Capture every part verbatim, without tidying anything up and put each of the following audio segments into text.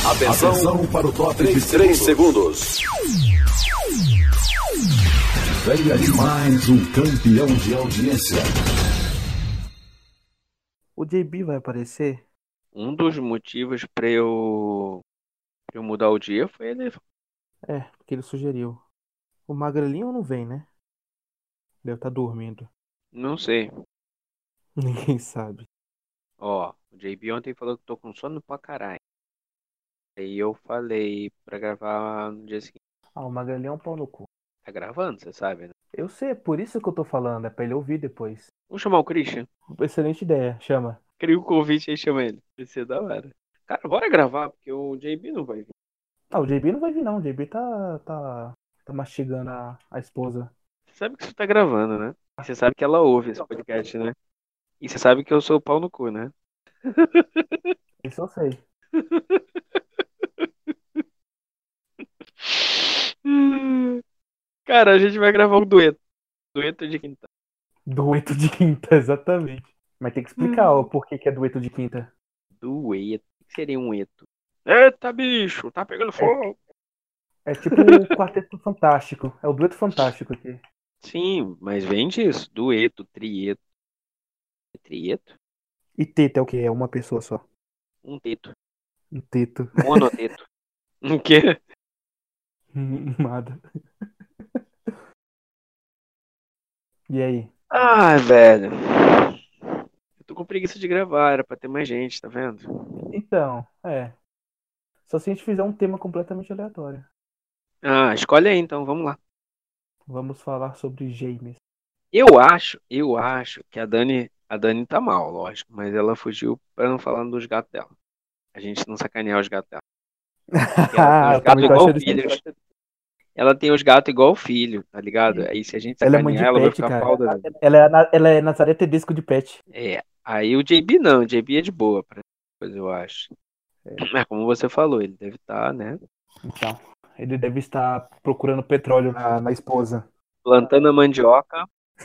Atenção, Atenção para o top de três segundos. Venha de mais um campeão de audiência. O J B vai aparecer? Um dos motivos pra eu, pra eu mudar o dia foi ele. É, porque ele sugeriu. O Magrelinho não vem, né? Deve estar dormindo. Não sei. Ninguém sabe. Ó, o J B ontem falou que tô com sono pra caralho. Aí eu falei pra gravar no dia seguinte. Ah, o Magrelinho é um pau no cu. Tá gravando, você sabe, né? Eu sei, é por isso que eu tô falando. É pra ele ouvir depois. Vamos chamar o Christian? Excelente ideia, chama. Cria o convite aí, chama ele. Vai ser da hora. Cara, bora gravar, porque o J B não vai vir. Ah, o J B não vai vir não. O J B tá, tá, tá mastigando a, a esposa. Você sabe que você tá gravando, né? E você sabe que ela ouve esse podcast, né? E você sabe que eu sou o pau no cu, né? Isso eu sei. Cara, a gente vai gravar um dueto. Dueto de quinta. Dueto de quinta, exatamente. Mas tem que explicar o porquê que é dueto de quinta. Dueto. O que seria um eto? Eita, bicho, tá pegando fogo. É tipo o Quarteto Fantástico. É o dueto fantástico aqui. Sim, mas vem disso. Dueto, trieto. É trieto? E teta é o quê? É uma pessoa só. Um teto. Um teto. Monoteto. Um quê? Nada. E aí? Ah, velho. Eu tô com preguiça de gravar, era pra ter mais gente, tá vendo? Então, é. Só se a gente fizer um tema completamente aleatório. Ah, escolhe aí então, vamos lá. Vamos falar sobre gêmeos. Eu acho, eu acho que a Dani, a Dani tá mal, lógico, mas ela fugiu pra não falar dos gatos dela. A gente não sacanear os gatos dela. Ela tem os gatos igual o filho. Ela tem os gatos igual o filho, tá ligado? Aí se a gente ela é mãe de ela pet, vai ficar cara. pau da... Ela é, na, ela é Nazaré Tedesco de pet. É, aí o J B não, o J B é de boa pra coisa, eu acho. É. Mas como você falou, ele deve estar, né? Então, ele deve estar procurando petróleo na, na esposa. Plantando a mandioca.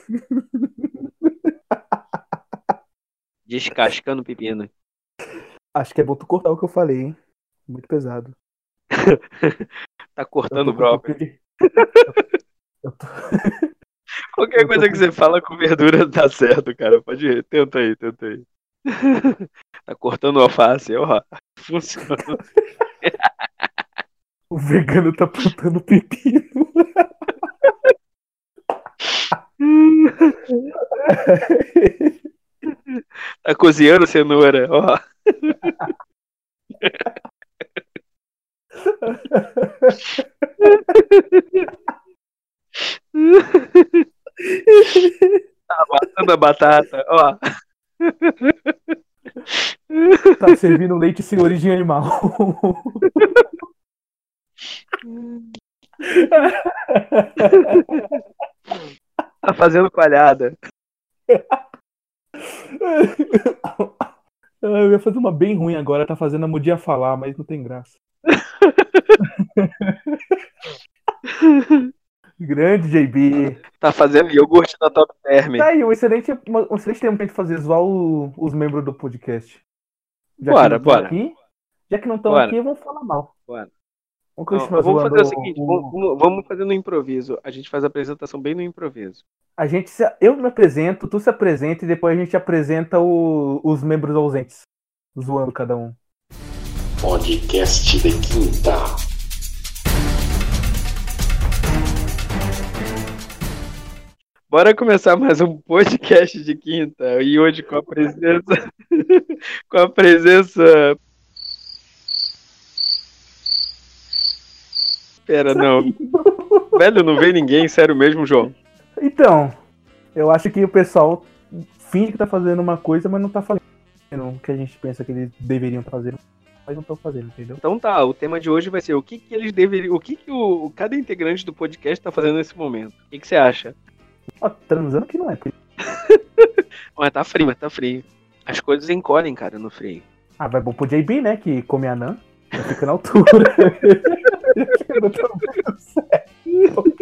Descascando o pepino. Acho que é bom tu cortar o que eu falei, hein? Muito pesado. Tá cortando o brócolis. De... eu tô... Qualquer eu coisa tô... que você fala com verdura dá certo, cara. Pode ir. Tenta aí, tenta aí. Tá cortando o alface, ó. Funciona. O vegano tá plantando pepino. Tá cozinhando cenoura, ó. Tá matando a batata, ó. Tá servindo leite sem origem animal. Tá fazendo coalhada. Eu ia fazer uma bem ruim agora, tá fazendo a Mudia falar, mas não tem graça. Grande J B. Tá fazendo iogurte na Top Term. Tá aí, um excelente, um excelente tempo pra gente fazer zoar o, os membros do podcast. Já bora, bora. Aqui, já que não estão aqui, vamos falar mal. Bora. Vamos, não, vamos fazer o seguinte, o... Vamos, vamos fazer no improviso. A gente faz a apresentação bem no improviso. A gente se, eu me apresento, tu se apresenta e depois a gente apresenta o, os membros ausentes. Zoando cada um. Podcast de quinta. Bora começar mais um podcast de quinta. E hoje com a presença... com a presença... Pera, não. Velho, não vem ninguém, sério mesmo, João? Então, eu acho que o pessoal finge que tá fazendo uma coisa, mas não tá fazendo o que a gente pensa que eles deveriam fazer, mas não estão fazendo, entendeu? Então tá, o tema de hoje vai ser o que, que eles deveriam, o que, que o, cada integrante do podcast tá fazendo nesse momento. O que, que você acha? Ó, transando que não é. Mas tá frio, mas tá frio. As coisas encolhem, cara, no frio. Ah, vai bom pro J B, né, que come anã, já fica na altura. Eu não tô vendo certo.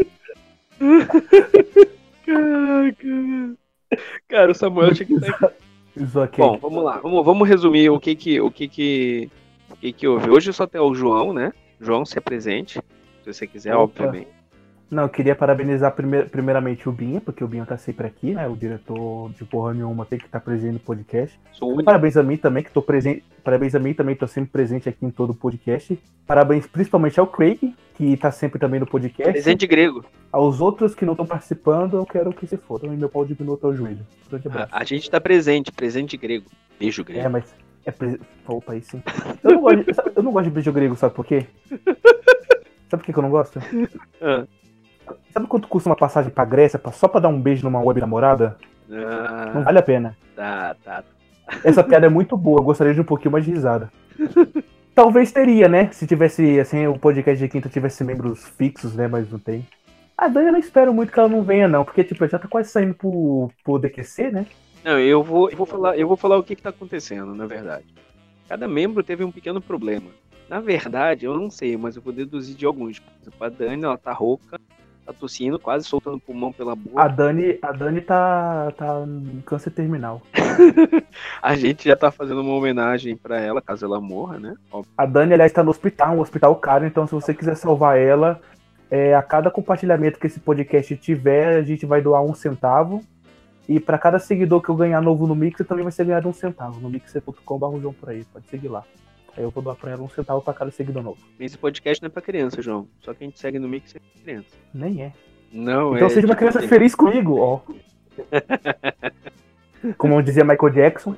Caraca. Cara, o Samuel tinha que estar aqui. Okay. Bom, vamos lá. Vamos, vamos resumir o que que, o que que, o que que que houve? Hoje só tem o João, né? João, se presente, se você quiser, Opa. obviamente. Não, eu queria parabenizar primeir, primeiramente o Binha, porque o Binha tá sempre aqui, né? O diretor de porra nenhuma tem que estar presente no podcast. Sou o único. Parabéns a mim também, que tô presente. Parabéns a mim também, tô sempre presente aqui em todo o podcast. Parabéns principalmente ao Craig, que tá sempre também no podcast. Presente grego. Aos outros que não estão participando, eu quero que se fodam. E meu pau diminuto ao joelho. Grande A, abraço. a gente tá presente, presente grego. Beijo grego. É, mas. É pre... Opa, aí sim. Eu não, gosto de, eu não gosto de beijo grego, sabe por quê? Sabe por que que eu não gosto? Ah. Sabe quanto custa uma passagem pra Grécia pra, só pra dar um beijo numa web namorada? Ah, Não vale a pena. tá, tá. Essa piada é muito boa, eu gostaria de um pouquinho mais de risada. Talvez teria, né? Se tivesse, assim, o podcast de quinta tivesse membros fixos, né? Mas não tem. A Dani eu não espero muito que ela não venha, não. Porque, tipo, já tá quase saindo pro, pro D Q C, né? Não, eu vou, eu vou falar, eu vou falar o que, que tá acontecendo, na verdade. Cada membro teve um pequeno problema. Na verdade, eu não sei, mas eu vou deduzir de alguns. Por exemplo, a Dani, ela tá rouca, tá tossindo, quase soltando pulmão pela boca. A Dani, a Dani tá, tá em câncer terminal. A gente já tá fazendo uma homenagem pra ela, caso ela morra, né? Óbvio. A Dani, aliás, tá no hospital, um hospital caro. Então, se você quiser salvar ela, é, a cada compartilhamento que esse podcast tiver, a gente vai doar um centavo. E pra cada seguidor que eu ganhar novo no Mixer, também vai ser ganhado um centavo. No mixer ponto com barra João por aí, pode seguir lá. Aí eu vou doar pra ela um centavo pra cada seguidor novo. Esse podcast não é pra criança, João. Só quem te segue no Mix é criança. Nem é. Não, Então é. seja uma criança tipo, feliz comigo, ó. Como dizia Michael Jackson.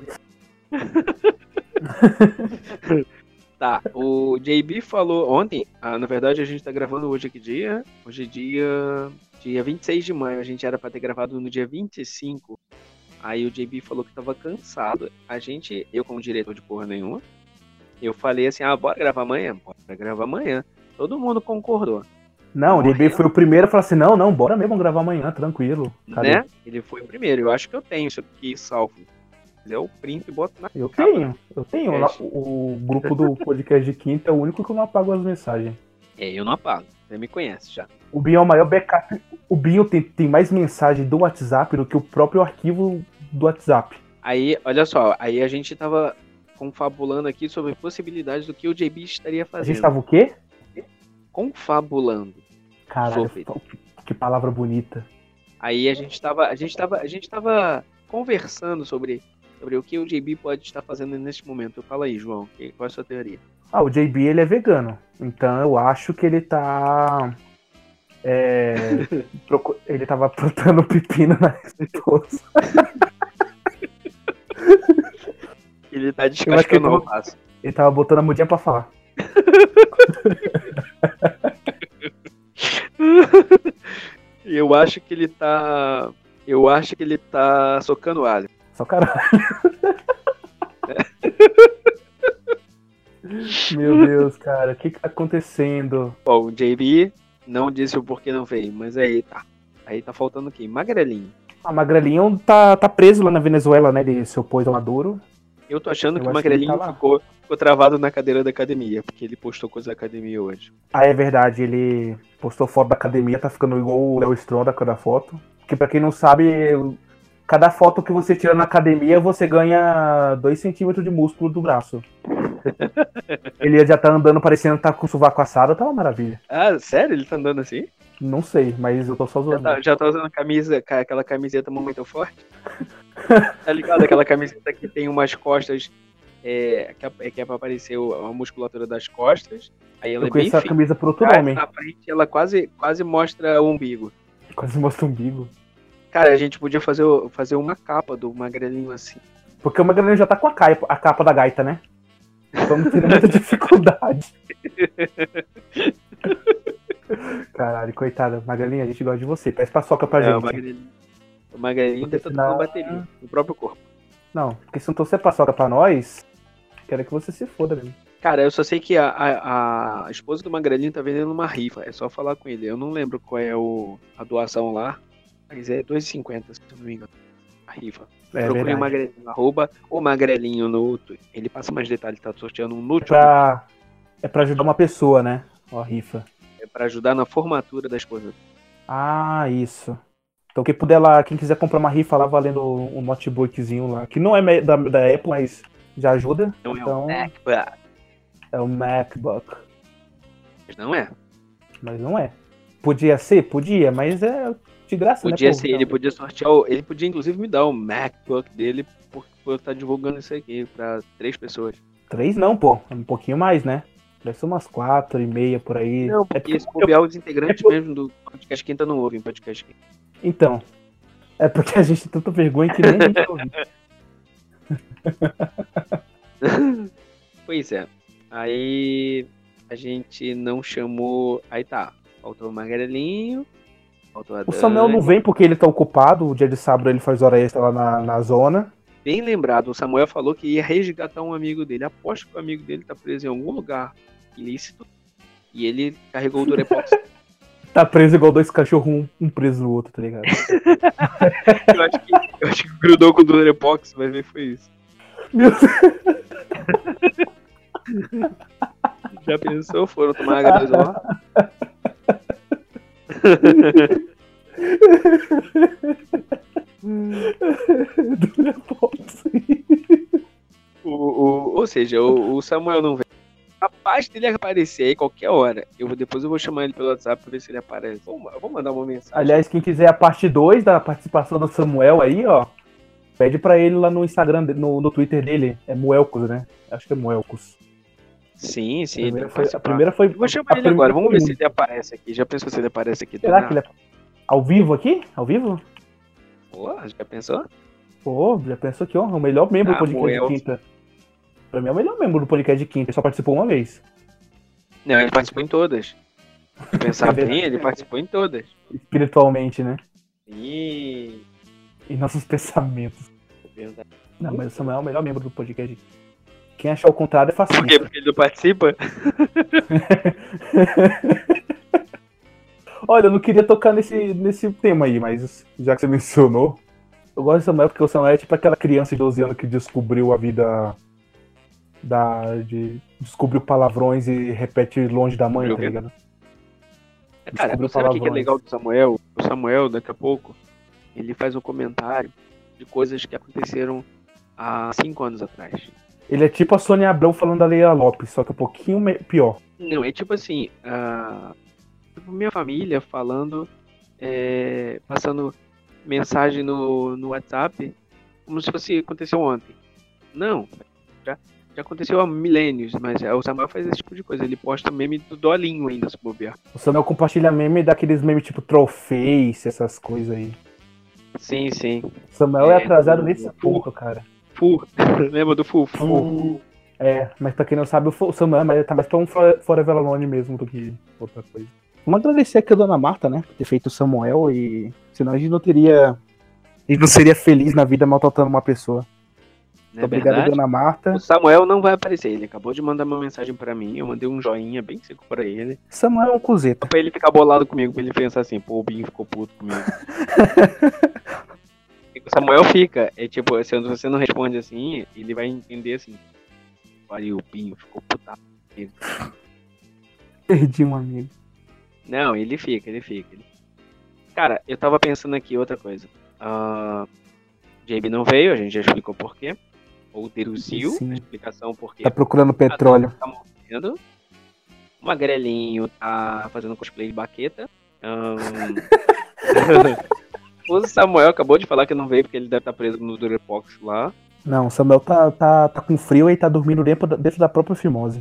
Tá, o J B falou ontem, ah, na verdade a gente tá gravando hoje aqui dia, hoje é dia, dia vinte e seis de maio, a gente era pra ter gravado no dia vinte e cinco, aí o J B falou que tava cansado, a gente, eu como diretor de porra nenhuma, eu falei assim, ah, bora gravar amanhã? Bora gravar amanhã, todo mundo concordou. Não, o J B foi o primeiro a falar assim, não, não, bora mesmo gravar amanhã, tranquilo. Cadê? Né? Ele foi o primeiro, eu acho que eu tenho isso aqui salvo. Eu printo e boto na Eu capa. tenho, eu tenho. É. O, o grupo do podcast de quinta é o único que eu não apago as mensagens. É, eu não apago, você me conhece já. O Binho é o maior backup. O Binho tem, tem mais mensagem do WhatsApp do que o próprio arquivo do WhatsApp. Aí, olha só, aí a gente tava confabulando aqui sobre possibilidades do que o J B estaria A fazendo. gente tava o quê? Confabulando. Caralho, Sobre. que, que palavra bonita. Aí a gente tava, a gente tava, a gente tava conversando sobre, sobre o que o J B pode estar fazendo neste momento. Fala aí, João, que, qual é a sua teoria? Ah, o J B ele é vegano. Então eu acho que ele tá. É, procu- ele tava plantando pepino na esposa. Ele tá Eu acho que descascando ele o tava- passo. Ele tava botando a mudinha pra falar. Eu acho que ele tá, eu acho que ele tá socando alho. Só caralho. Meu Deus, cara, o que que tá acontecendo? Bom, o J B não disse o porquê não veio, mas aí tá. Aí tá faltando quem? Magrelinho. A Magrelinho tá, tá preso lá na Venezuela, né? Ele se opôs ao Maduro. Eu tô achando Eu que o acho que ele Magrelinho tá lá. ficou, ficou travado na cadeira da academia, porque ele postou coisa da academia hoje. Ah, é verdade, ele postou foto da academia, tá ficando igual o Léo Stronda da cada foto. Que pra quem não sabe, cada foto que você tira na academia, você ganha dois centímetros de músculo do braço. Ele já tá andando parecendo que tá com o sovaco assado, tá uma maravilha. Ah, sério? Ele tá andando assim? Não sei, mas eu tô só Já zoando. tá, já tá usando camisa, ca- aquela camiseta muito forte? Tá ligado? Aquela camiseta que tem umas costas, é, que, é, que é pra aparecer o- a musculatura das costas. Aí ela Eu é bem conheço a fina. camisa por outro Atrás, nome. na frente ela quase, quase mostra o umbigo. Quase mostra o umbigo. Cara, a gente podia fazer, o- fazer uma capa do Magrelinho assim. Porque o Magrelinho já tá com a capa, a capa da gaita, né? Vamos ter muita dificuldade. Caralho, coitada. Magrelinho, a gente gosta de você. Peça paçoca pra É, o gente. Magrelinho, o Magrelinho Porque tá senão- tocando bateria no próprio corpo. Não, porque se não trouxer paçoca pra nós, quero que você se foda mesmo. Cara, eu só sei que a, a, a esposa do Magrelinho tá vendendo uma rifa. É só falar com ele. Eu não lembro qual é o, a doação lá, mas é dois e cinquenta, se eu não me engano. A rifa. É Procure o verdade. Magrelinho, arroba o Magrelinho no Twitter. Ele passa mais detalhes, tá sorteando um É Nutri pra, é pra ajudar uma pessoa, né? Ó, a rifa. é pra ajudar na formatura da esposa. Ah, isso. Então quem puder lá, quem quiser comprar uma rifa lá valendo um notebookzinho lá, que não é me- da, da Apple, mas já ajuda. Não é um Então, MacBook. É o MacBook. Mas não é. Mas não é. Podia ser? Podia, mas é de graça, Podia né? ser, ele podia sortear, o, ele podia inclusive me dar o MacBook dele por, por eu estar divulgando isso aqui pra três pessoas. Três não, pô. É um pouquinho mais, né? Deve ser umas quatro e meia por aí. Não, porque, é porque esse bobear, os integrantes é mesmo do Podcast Quinta não ouvem Podcast Quinta. Então, é porque a gente tem tanta vergonha que nem a gente ouve. Pois é. Aí a gente não chamou. Aí tá. Faltou o Magrelinho. Faltou a O Samuel não vem porque ele tá ocupado. O dia de sábado ele faz hora extra lá na, na zona. Bem lembrado, o Samuel falou que ia resgatar um amigo dele. Aposto que o amigo dele tá preso em algum lugar ilícito. E ele carregou o Durepox. Tá preso igual dois cachorros, um, um preso no outro, tá ligado? eu, acho que, eu acho que grudou com o Durepox, vai ver foi isso. Meu Deus. Já pensou? Foram tomar H dois O? o, o, ou seja, o, o Samuel não vem. Capaz dele aparecer aí qualquer hora. Eu, depois eu vou chamar ele pelo WhatsApp pra ver se ele aparece. Vou, eu vou mandar uma mensagem. Aliás, quem quiser a parte dois da participação do Samuel aí, ó, pede pra ele lá no Instagram, no, no Twitter dele. É Muelcos, né? Acho que é Muelcos. Sim, sim. A primeira foi. A primeira foi eu vou chamar ele agora. Vamos ver se ele aparece aqui. Já pensou se ele aparece aqui? Será que ele é ao vivo aqui? Ao vivo? Pô, já pensou? Pô, já pensou que honra? O melhor membro ah, do podcast Muel. de quinta. Pra mim é o melhor membro do podcast de quinta. Ele só participou uma vez. Não, ele participou em todas. Se pensar bem, ele participou em todas. Espiritualmente, né? E... Em nossos pensamentos. Verdade. Não, mas o Samuel é o melhor membro do podcast. Quem achar o contrário é fascista. Por quê? Porque ele não participa? Olha, eu não queria tocar nesse, nesse tema aí, mas já que você mencionou, eu gosto do Samuel porque o Samuel é tipo aquela criança de doze anos que descobriu a vida da, de descobriu palavrões e repete longe da mãe, tá ligado? Cara, sabe o que é legal do Samuel? O Samuel, daqui a pouco, ele faz um comentário de coisas que aconteceram há cinco anos atrás. Ele é tipo a Sônia Abrão falando da Leila Lopes, só que um pouquinho pior. Não, é tipo assim, a... tipo minha família falando, é... passando mensagem no, no WhatsApp, como se fosse aconteceu ontem. Não, já, já aconteceu há milênios, mas o Samuel faz esse tipo de coisa, ele posta meme do Dolinho ainda, se bobear. O Samuel compartilha meme daqueles memes tipo Trollface, essas coisas aí. Sim, sim. O Samuel é, é atrasado nesse ponto, cara. Fu, lembra do Fu? Fu. É, mas pra quem não sabe, o Samuel tá mais pra um Forever Alone mesmo do que outra coisa. Vamos agradecer aqui a Dona Marta, né, por ter feito o Samuel, e senão a gente não teria... A gente não seria feliz na vida maltratando uma pessoa. Muito é obrigado, verdade? Dona Marta. O Samuel não vai aparecer, ele acabou de mandar uma mensagem pra mim, eu mandei um joinha bem seco pra ele. Samuel é um cuzeta. Pra ele ficar bolado comigo, pra ele pensar assim, pô, o Binho ficou puto comigo. O Samuel fica, é tipo, se você não responde assim, ele vai entender assim. Pariu, o Binho ficou putado. Perdi um amigo. Não, ele fica, ele fica. Ele... Cara, eu tava pensando aqui outra coisa. Uh, J B não veio, a gente já explicou por quê. Ou deduziu a explicação por quê. Tá procurando petróleo. Tá morrendo. O Magrelinho tá fazendo cosplay de baqueta. Um... O Samuel acabou de falar que não veio porque ele deve estar preso no Durepox lá. Não, o Samuel tá, tá, tá com frio e tá dormindo dentro, dentro da própria fimose.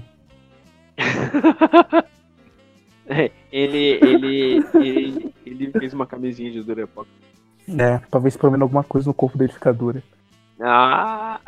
ele, ele, ele, ele fez uma camisinha de Durepox. É, pra ver se pelo menos alguma coisa no corpo dele fica dura. Ah!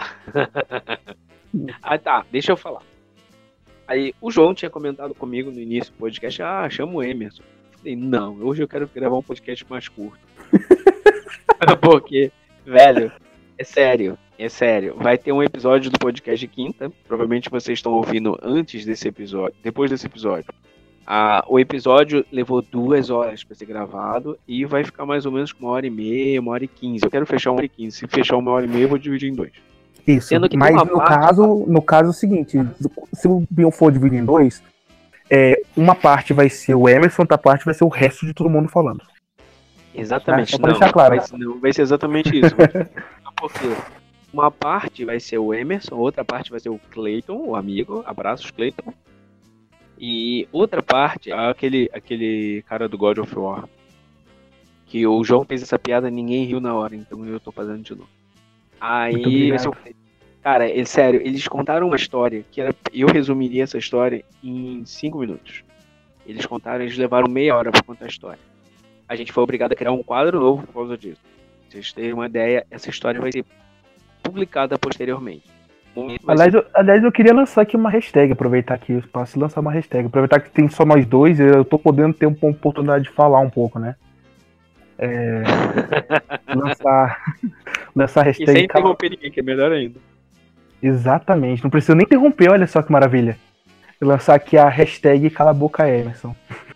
Ah, tá, deixa eu falar. Aí, o João tinha comentado comigo no início do podcast, ah, chama o Emerson. Eu falei, não, hoje eu quero gravar um podcast mais curto. Porque, velho, é sério, é sério. Vai ter um episódio do podcast de quinta. Provavelmente vocês estão ouvindo antes desse episódio, depois desse episódio. Ah, o episódio levou duas horas para ser gravado e vai ficar mais ou menos com uma hora e meia, uma hora e quinze. Eu quero fechar uma hora e quinze. Se fechar uma hora e meia, eu vou dividir em dois. Isso, Sendo que mas no, parte... caso, no caso é o seguinte, se o Bion for dividir em dois, é, uma parte vai ser o Emerson, outra parte vai ser o resto de todo mundo falando. Exatamente, é, não, deixar claro. Vai, não vai ser exatamente isso. Por quê? uma parte vai ser o Emerson, outra parte vai ser o Clayton, o amigo. Abraços, Clayton. E outra parte, aquele, aquele cara do God of War. Que o João fez essa piada e ninguém riu na hora, então eu tô fazendo de novo. Aí, esse é o- cara, é sério, eles contaram uma história que era, eu resumiria essa história em cinco minutos. Eles contaram, eles levaram meia hora pra contar a história. A gente foi obrigado a criar um quadro novo por causa disso. Pra vocês terem uma ideia, essa história vai ser publicada posteriormente. O momento vai Aliás ser- eu, aliás, eu queria lançar aqui uma hashtag, aproveitar aqui o espaço e lançar uma hashtag. Aproveitar que tem só nós dois, eu tô podendo ter uma oportunidade de falar um pouco, né? É, lançar, lançar a E sem hashtag. Cala- interromper ninguém, que é melhor ainda. Exatamente, não precisa nem interromper, olha só que maravilha. Lançar aqui a hashtag Cala a Boca Emerson.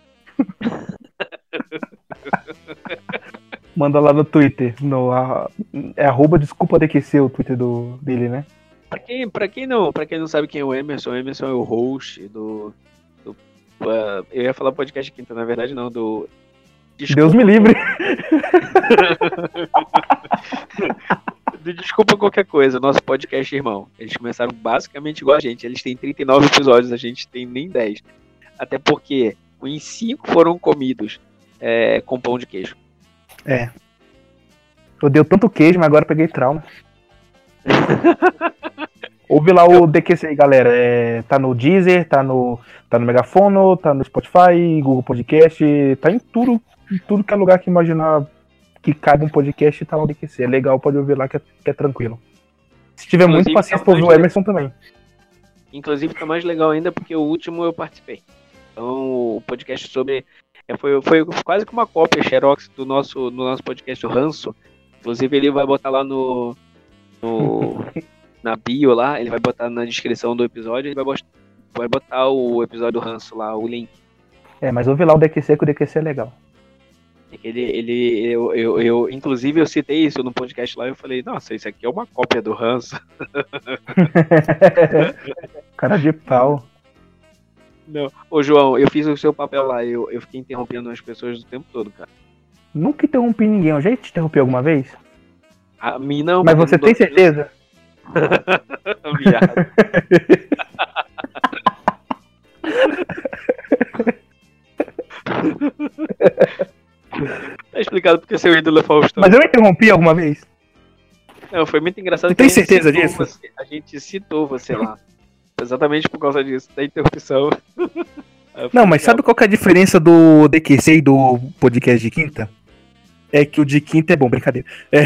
Manda lá no Twitter, no, a- é arroba desculpa D Q C o Twitter do, dele, né? Pra quem, pra, quem não, pra quem não sabe quem é o Emerson, o Emerson é o host do. do uh, eu ia falar podcast quinta, na verdade não, do. Deus me livre. do Desculpa Qualquer Coisa, nosso podcast irmão. Eles começaram basicamente igual a gente. Eles têm trinta e nove episódios, a gente tem nem dez. Até porque os cinco foram comidos é, com pão de queijo. Eu dei tanto queijo, mas agora eu peguei trauma. Ouve lá o D Q C aí, galera. É, tá no Deezer, tá no, tá no Megafono, tá no Spotify, Google Podcast, tá em tudo, em tudo que é lugar que imaginar que cabe um podcast, tá lá o D Q C. É legal, pode ouvir lá que é, que é tranquilo. Se tiver muito Inclusive, paciência tá pra ouvir o mais Emerson também. Inclusive tá mais legal ainda porque o último eu participei. Então o podcast sobre. é, Foi, foi quase que uma cópia xerox do nosso, do nosso podcast, o Ranço. Inclusive ele vai botar lá no. no na bio lá, ele vai botar na descrição do episódio, ele vai, botar, vai botar o episódio do Ranço lá, o link. É, mas ouve lá o D Q C, que o D Q C é legal. Ele, ele, eu, eu, eu, inclusive eu citei isso no podcast lá e eu falei, nossa, isso aqui é uma cópia do Ranço. Cara de pau. Não. Ô João, eu fiz o seu papel lá, eu, eu fiquei interrompendo as pessoas o tempo todo, cara. Nunca interrompi ninguém. Eu já te interrompi alguma vez? A mim não. Mas porque você não tem dou- certeza? Viado. Tá explicado porque seu ídolo é Faustão. Mas eu interrompi alguma vez? Não, foi muito engraçado Você que tem a gente certeza citou disso? você- a gente citou você lá. Exatamente por causa disso, da interrupção. Aí eu Não, falei, mas sabe qual que é a diferença do D Q C e do podcast de quinta? É que o de quinta é bom, brincadeira. É,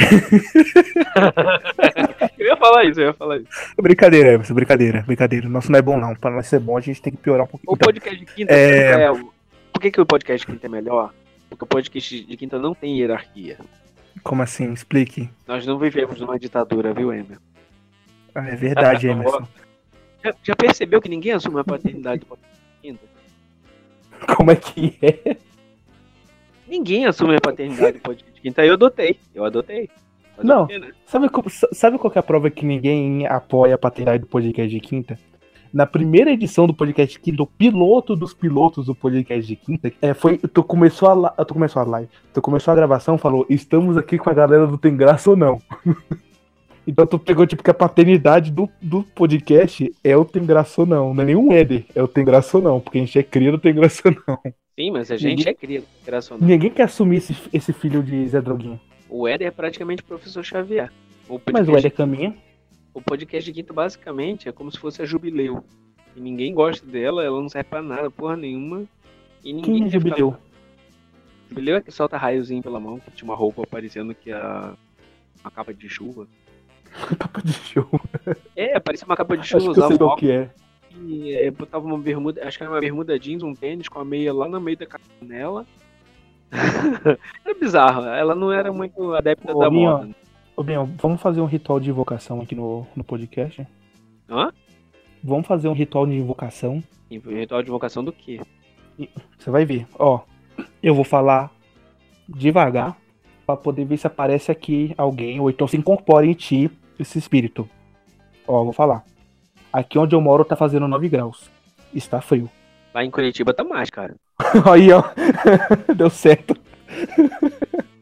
Eu ia falar isso, eu ia falar isso. brincadeira, Emerson, brincadeira, brincadeira. Nosso não é bom, não. Pra nós ser bom, a gente tem que piorar um pouquinho. O Então, podcast de quinta é- é... Por que, que o podcast de quinta é melhor? Porque o podcast de quinta não tem hierarquia. como assim? Explique. Nós não vivemos numa ditadura, viu, Emer? Ah, é verdade, Emerson. Já, já percebeu que ninguém assume a paternidade do podcast de quinta? Como é que é? Ninguém assume a paternidade do podcast de quinta. Eu adotei. Eu adotei. Fazer Não. o quê, né? Sabe, co- sabe qual que é a prova que ninguém apoia a paternidade do podcast de quinta? Na primeira edição do podcast de quinta, o piloto dos pilotos do podcast de quinta, é, foi, tu começou a, la- tu começou a live, tu começou a gravação, falou, estamos aqui com a galera do Tem Graça ou Não. Então tu pegou, tipo, que a paternidade do, do podcast é o Tem Graça ou Não, não é nem um Éder, é o Tem Graça ou Não, porque a gente é cria do Tem Graça ou Não. Sim, mas a gente Ninguém- é cria, graças a Deus. Ninguém quer assumir esse, esse filho de Zé Droguinha. O Éder é praticamente o professor Xavier. O Mas podcast, o Éder caminha. o podcast de quinta, basicamente, é como se fosse a Jubileu. E ninguém gosta dela, ela não serve pra nada, porra nenhuma. E ninguém Quem é quer ficar- Jubileu? Jubileu é que solta raiozinho pela mão, que tinha uma roupa parecendo que a... uma capa de chuva. Capa de show. É, parecia uma capa de Acho chuva, que eu usava sei um qual óculos que é. e é, botava uma bermuda, acho que era uma bermuda jeans, um tênis com a meia lá no meio da canela. Era bizarro, ela não era muito adepta Ô, da Binho, moda. Ô, Biel, vamos fazer um ritual de invocação aqui no, no podcast? Hã? Vamos fazer um ritual de invocação. E ritual de invocação do quê? Você vai ver. Ó, eu vou falar devagar pra poder ver se aparece aqui alguém ou então se incorpora em ti esse espírito. Ó, vou falar. Aqui onde eu moro tá fazendo nove graus. Está frio. Lá em Curitiba tá mais, cara. Aí, ó. Deu certo.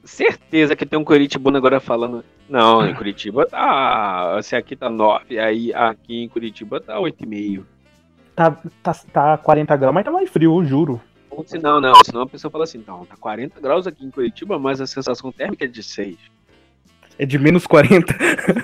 certeza que tem um curitibano agora falando. Não, em Curitiba tá. Se aqui tá nove, aí aqui em Curitiba tá oito e meio. Tá, tá, tá quarenta graus, mas tá mais frio, eu juro. Ou se não, não. Senão a pessoa fala assim, não, tá quarenta graus aqui em Curitiba, mas a sensação térmica é de seis. É de menos quarenta.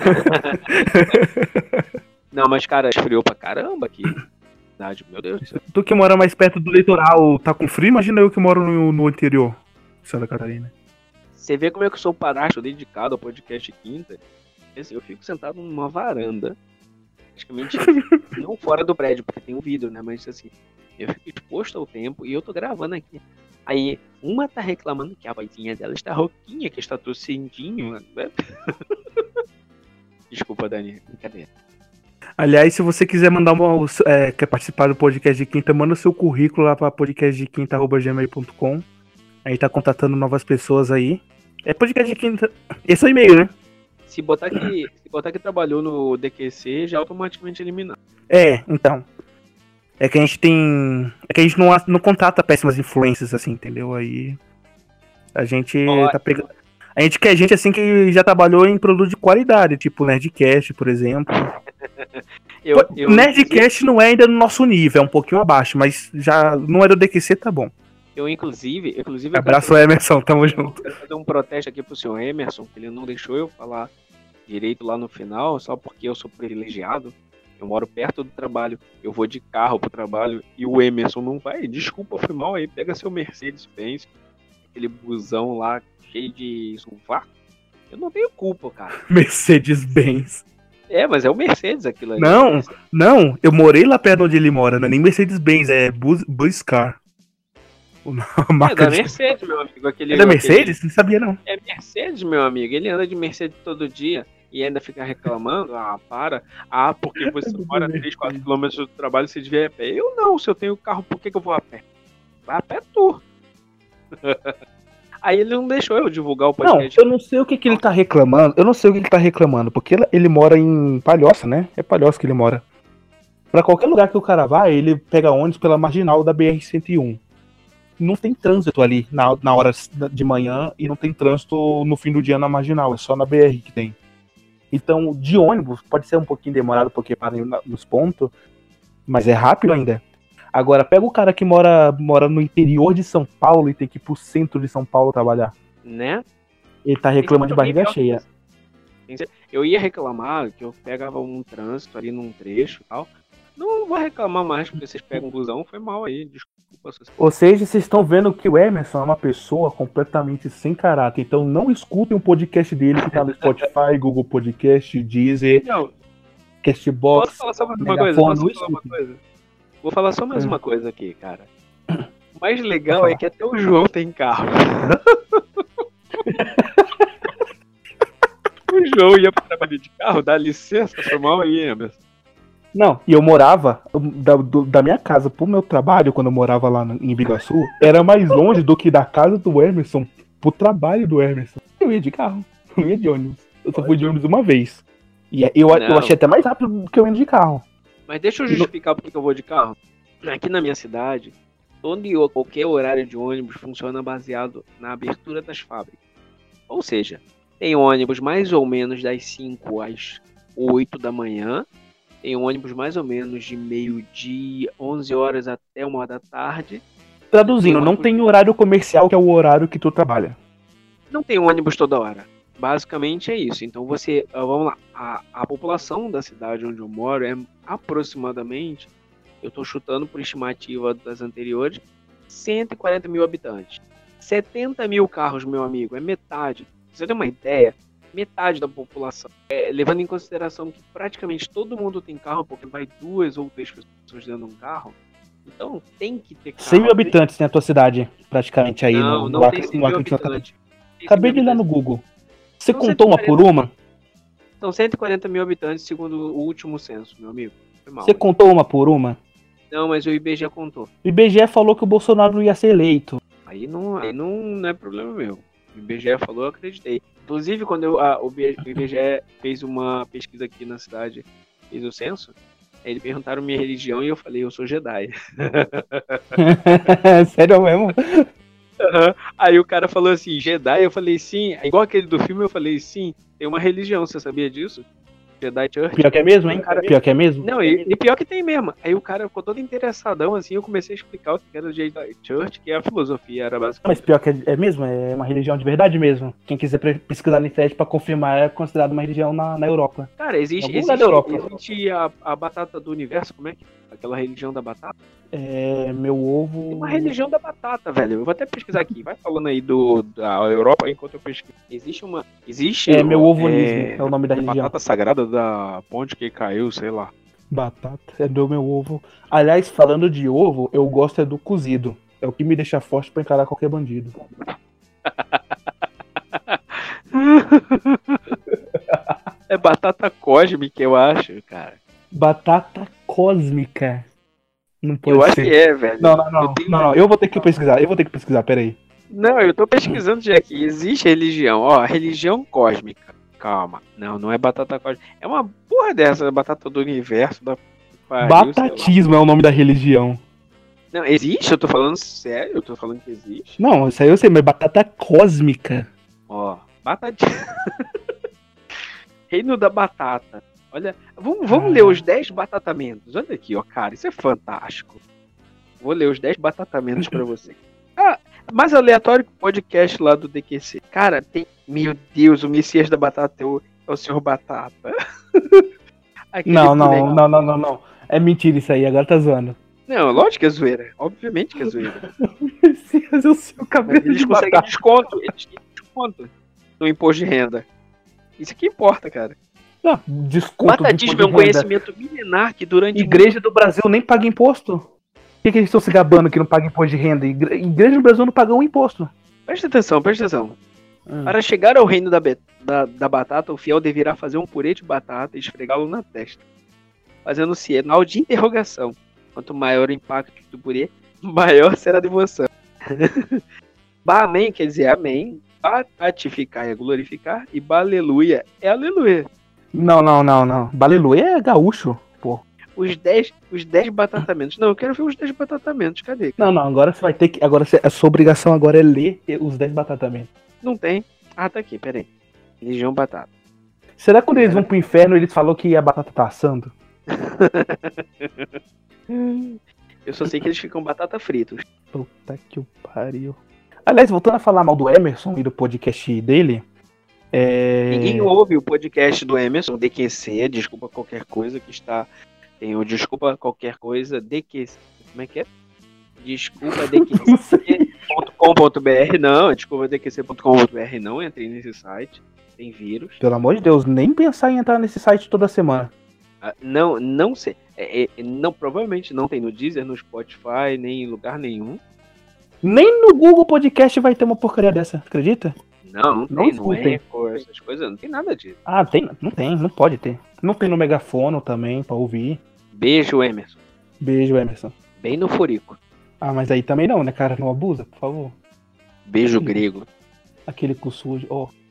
Não, mas cara, esfriou pra caramba aqui. Meu Deus do céu. Tu que mora mais perto do litoral tá com frio? Imagina eu que moro no, no interior de Santa Catarina. Você vê como é que eu sou parastro dedicado ao podcast Quinta. Assim, eu fico sentado numa varanda. Praticamente não fora do prédio, porque tem um vidro, né? Mas assim, eu fico exposto ao tempo e eu tô gravando aqui. Aí, uma tá reclamando que a vozinha dela está rouquinha, que está tossidinho. Né? Desculpa, Dani, brincadeira. Aliás, se você quiser mandar uma, é, quer participar do podcast de quinta, manda o seu currículo lá para podcast de quinta arroba gmail ponto com. Aí tá contatando novas pessoas aí. É podcast de quinta. Esse é o e-mail, né? Se botar que, se botar que trabalhou no D Q C, já é automaticamente eliminado. É, então. É que a gente tem. É que a gente não, não contata péssimas influências, assim, entendeu? Aí. A gente Olha. tá pegando. A gente quer gente assim que já trabalhou em produto de qualidade, tipo Nerdcast, por exemplo. eu, eu, Nerdcast eu... não é ainda no nosso nível, é um pouquinho abaixo, mas já não é do D Q C, tá bom. Eu, inclusive, inclusive abraço, eu Emerson, tamo junto. Quero fazer um protesto aqui pro senhor Emerson, que ele não deixou eu falar direito lá no final, só porque eu sou privilegiado. Eu moro perto do trabalho, eu vou de carro pro trabalho e o Emerson não vai. Desculpa, foi mal aí, pega seu Mercedes-Benz, aquele busão lá cheio de sulfato. Eu não tenho culpa, cara. Mercedes-Benz. É, mas é o Mercedes aquilo aí. Não, é não, eu morei lá perto onde ele mora, não é nem Mercedes-Benz, é Buscar. É da Mercedes, meu amigo. Aquele, é da Mercedes? Aquele... Não sabia, não. É Mercedes, meu amigo. Ele anda de Mercedes todo dia e ainda fica reclamando. Ah, para. Ah, porque você mora três, quatro quilômetros do trabalho e você devia ir a pé. Eu não, se eu tenho carro, por que, que eu vou a pé? Vai a pé tu. Aí ele não deixou eu divulgar o podcast. Não, eu não sei o que, que ele tá reclamando. Eu não sei o que ele tá reclamando, porque ele, ele mora em Palhoça, né? É Palhoça que ele mora. Pra qualquer lugar que o cara vai, ele pega ônibus pela marginal da B R cento e um. Não tem trânsito ali na, na hora de manhã e não tem trânsito no fim do dia na marginal, é só na B R que tem. Então, de ônibus, pode ser um pouquinho demorado porque para nos pontos, mas é rápido ainda. Agora, pega o cara que mora, mora no interior de São Paulo e tem que ir pro centro de São Paulo trabalhar. Né? Ele tá reclamando de barriga cheia. Eu ia reclamar que eu pegava um trânsito ali num trecho e tal. Não vou reclamar mais porque vocês pegam um busão, foi mal aí, desculpa. Ou seja, vocês estão vendo que o Emerson é uma pessoa completamente sem caráter, então não escutem o podcast dele que tá no Spotify, Google Podcast, Deezer, não. Castbox. Posso falar só mais uma coisa? Posso falar uma coisa? Vou falar só mais é. uma coisa aqui, cara. O mais legal é que até o João tem carro. O João ia pra trabalhar de carro, dá licença, foi mal aí, Emerson. Não, e eu morava, da, do, da minha casa pro meu trabalho, quando eu morava lá no, em Biguaçu, era mais longe do que da casa do Emerson pro trabalho do Emerson. Eu ia de carro, não ia de ônibus. Eu só fui de ônibus uma vez. E eu, eu achei até mais rápido do que eu indo de carro. Mas deixa eu justificar porque eu vou de carro. Aqui na minha cidade, todo e qualquer horário de ônibus funciona baseado na abertura das fábricas. Ou seja, tem ônibus mais ou menos das cinco às oito da manhã, tem ônibus mais ou menos de meio-dia, onze horas até uma hora da tarde. Traduzindo, tem não tem horário comercial que é o horário que tu trabalha. Não tem ônibus toda hora. Basicamente é isso. Então você, vamos lá, a, a população da cidade onde eu moro é aproximadamente, eu estou chutando por estimativa das anteriores, cento e quarenta mil habitantes. setenta mil carros, meu amigo, é metade. Você tem uma ideia? Metade da população. É, levando em consideração que praticamente todo mundo tem carro, porque vai duas ou três pessoas dentro de um carro. Então tem que ter carro. cem mil habitantes na tua cidade, praticamente, aí não, no, não no tem cem mil habitantes. Acabei de ir lá no Google. Você são contou uma por uma? São cento e quarenta mil habitantes, segundo o último censo, meu amigo. Mal, Você aí. contou uma por uma? Não, mas o I B G E contou. O I B G E falou que o Bolsonaro não ia ser eleito. Aí não, aí não, não é problema meu. O I B G E falou, eu acreditei. Inclusive, quando eu, a, o I B G E fez uma pesquisa aqui na cidade, fez o censo, eles perguntaram minha religião e eu falei, eu sou Jedi. Sério mesmo? Uhum. Aí o cara falou assim, Jedi, eu falei sim. Igual aquele do filme, eu falei sim. Tem uma religião, você sabia disso? Jedi Church. Pior que é mesmo, hein, cara? Pior que é mesmo? Não, e, e pior que tem mesmo. Aí o cara ficou todo interessadão, assim, eu comecei a explicar o que era o Jedi Church, que é a filosofia, era basicamente. Mas pior que é, é mesmo, é uma religião de verdade mesmo. Quem quiser pesquisar na internet pra confirmar, é considerado uma religião na, na Europa. Cara, existe, Algum existe, lugar da Europa. existe a, a batata do universo, como é que é? Aquela religião da batata? É, meu ovo... Tem uma religião da batata, velho. Eu vou até pesquisar aqui. Vai falando aí do, da Europa enquanto eu pesquiso. Existe uma... Existe... É, meu ovonismo é, é o nome da religião. Batata sagrada da ponte que caiu, sei lá. Batata, é do meu ovo. Aliás, falando de ovo, eu gosto é do cozido. É o que me deixa forte pra encarar qualquer bandido. É batata cósmica, eu acho, cara. Batata cósmica. Não pode eu ser. acho que é, velho. Não, não, não. Eu Eu, tenho... não, não. Eu vou ter que pesquisar. Eu vou ter que pesquisar, peraí. Não, eu tô pesquisando já aqui. Existe religião. Ó, religião cósmica. Calma. Não, não é batata cósmica. É uma porra dessa, batata do universo. Da... Pariu, Batatismo é o nome da religião. Não, existe? Eu tô falando sério? Eu tô falando que existe? Não, isso aí eu sei, mas batata cósmica. Ó, batatismo. Reino da batata. Olha, vamos, vamos ah. ler os dez batatamentos. Olha aqui, ó, cara, isso é fantástico. Vou ler os dez batatamentos pra você. Ah, mais aleatório que o podcast lá do D Q C. Cara, tem... Meu Deus, o Messias da batata é o, é o senhor Batata. não, não, não, não, não, não. É mentira isso aí, agora tá zoando. Não, lógico que é zoeira. Obviamente que é zoeira. Messias é o seu cabelo Eles de conseguem batata. desconto. Eles têm desconto no imposto de renda. Isso que importa, cara. Não, desconto. Batatismo é um conhecimento milenar que durante... Igreja do Brasil nem paga imposto. Por que, que eles estão se gabando que não paga imposto de renda? Igreja do Brasil não paga um imposto. Presta atenção, presta atenção. Hum. Para chegar ao reino da, da, da batata, o fiel deverá fazer um purê de batata e esfregá-lo na testa, fazendo sinal de interrogação. Quanto maior o impacto do purê, maior será a devoção. Ba amém quer dizer amém, batatificar é glorificar e baleluia é aleluia. Não, não, não, não. Baleluia é gaúcho, pô. Os dez, os dez batatamentos. Não, eu quero ver os dez batatamentos. Cadê? Não, não, agora você vai ter que. Agora a sua obrigação agora é ler os dez batatamentos. Não tem. Ah, tá aqui, peraí. Religião batata. Será que quando eles vão pro inferno eles falaram que a batata tá assando? Eu só sei que eles ficam batata fritos. Puta que o pariu. Aliás, voltando a falar mal do Emerson e do podcast dele. É... Ninguém ouve o podcast do Emerson, D Q C, desculpa qualquer coisa que está. Tem o desculpa qualquer coisa, D Q C. Como é que é? Desculpa D Q C ponto com ponto b r. Não, desculpa D Q C ponto com ponto b r. Não entrei nesse site. Tem vírus. Pelo amor de Deus, nem pensar em entrar nesse site toda semana. Ah, não, não sei. É, é, não, provavelmente não tem no Deezer, no Spotify, nem em lugar nenhum. Nem no Google Podcast vai ter uma porcaria dessa, acredita? Não, não tem, não é essas coisas, não tem nada disso. Ah, tem? Não tem, não pode ter. Não tem no megafono também, pra ouvir. Beijo, Emerson. Beijo, Emerson. Bem no furico. Ah, mas aí também não, né, cara? Não abusa, por favor. Beijo Aquele... grego. Aquele cu sujo, ó. Oh.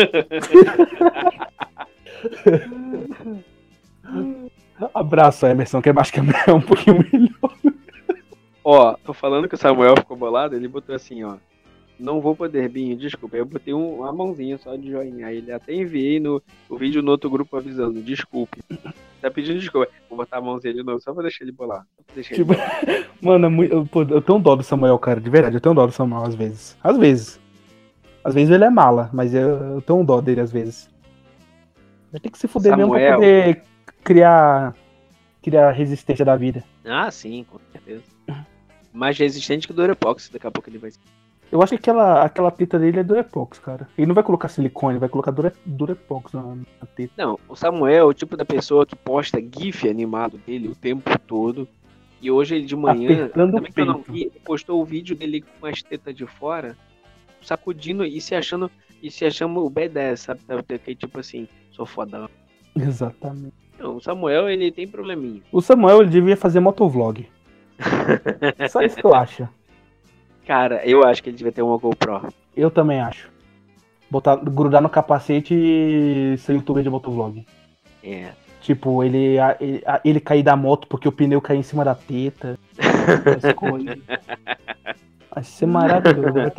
Abraço, Emerson, que é mais que é um pouquinho melhor. Ó, tô falando que o Samuel ficou bolado, ele botou assim, ó. Não vou poder, Binho, desculpa. Eu botei um, uma mãozinha só de joinha. Aí ele até enviei no, o vídeo no outro grupo avisando, desculpe. Tá pedindo desculpa. Vou botar a mãozinha de novo, só pra deixar ele bolar. Deixar tipo, ele... Mano, é muito, eu, pô, eu tenho um dó do Samuel, cara, de verdade. Eu tenho um dó do Samuel às vezes. Às vezes. Às vezes ele é mala, mas eu, eu tenho um dó dele às vezes. Vai ter que se fuder Samuel... mesmo pra poder criar, criar resistência da vida. Ah, sim, com certeza. Mais resistente que o Durepox, daqui a pouco ele vai ser. Eu acho que aquela, aquela teta dele é Durepox, cara. Ele não vai colocar silicone, vai colocar Dure, Durepox na, na teta. Não, o Samuel é o tipo da pessoa que posta gif animado dele o tempo todo. E hoje ele de manhã, Apertando também que eu não vi, ele postou o vídeo dele com as tetas de fora, sacudindo e se achando, e se achando o B dez, sabe? Que tipo assim, sou fodão. Exatamente. Não, o Samuel, ele tem probleminha. O Samuel, ele devia fazer motovlog. Só isso que eu acho. Cara, eu acho que ele devia ter uma GoPro. Eu também acho. Botar, grudar no capacete e ser youtuber de motovlog. É. Tipo, ele, ele, ele cair da moto porque o pneu caiu em cima da teta. As coisas. Vai ser maravilhoso. Vai ter,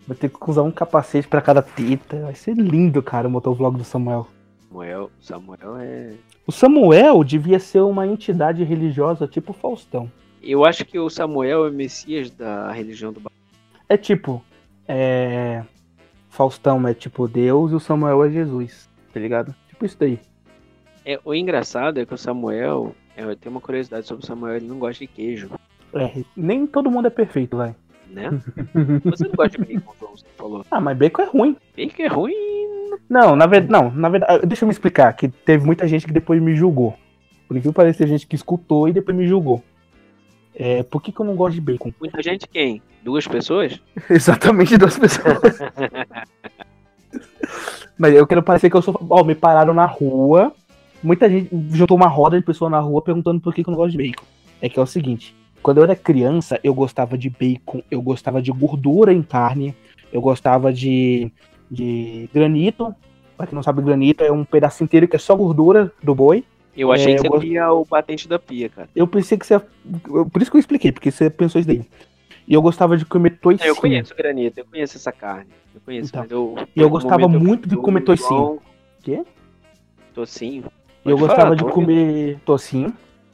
Vai ter que usar um capacete pra cada teta. Vai ser lindo, cara, o motovlog do Samuel. Samuel, Samuel é... O Samuel devia ser uma entidade religiosa tipo Faustão. Eu acho que o Samuel é o Messias da religião do... É tipo, é... Faustão é tipo Deus e o Samuel é Jesus, tá ligado? Tipo isso daí. É, o engraçado é que o Samuel... Eu tenho uma curiosidade sobre o Samuel, ele não gosta de queijo. É, nem todo mundo é perfeito, vai. Né? Você não gosta de bacon, João, você falou. Ah, mas bacon é ruim. Bacon é ruim? Não, na verdade, não, na verdade, deixa eu me explicar, que teve muita gente que depois me julgou. Por incrível que pareça, teve gente que escutou e depois me julgou. É, por que, que eu não gosto de bacon? Muita gente quem? Duas pessoas? Exatamente duas pessoas. Mas eu quero parecer que eu sou... Ó, me pararam na rua, muita gente juntou uma roda de pessoas na rua perguntando por que, que eu não gosto de bacon. É que é o seguinte, quando eu era criança, eu gostava de bacon, eu gostava de gordura em carne, eu gostava de... de granito. Pra quem não sabe, granito é um pedaço inteiro que é só gordura do boi. Eu achei é, que você eu... via o batente da pia, cara. Eu pensei que você... Por isso que eu expliquei, porque você pensou isso daí. E eu gostava de comer toicinho. Eu conheço o granito, eu conheço essa carne. Eu conheço, então, mas eu... E eu gostava muito de eu comer toicinho. Quê? Tocinho? E eu Pode gostava falar, de tô comer toicinho.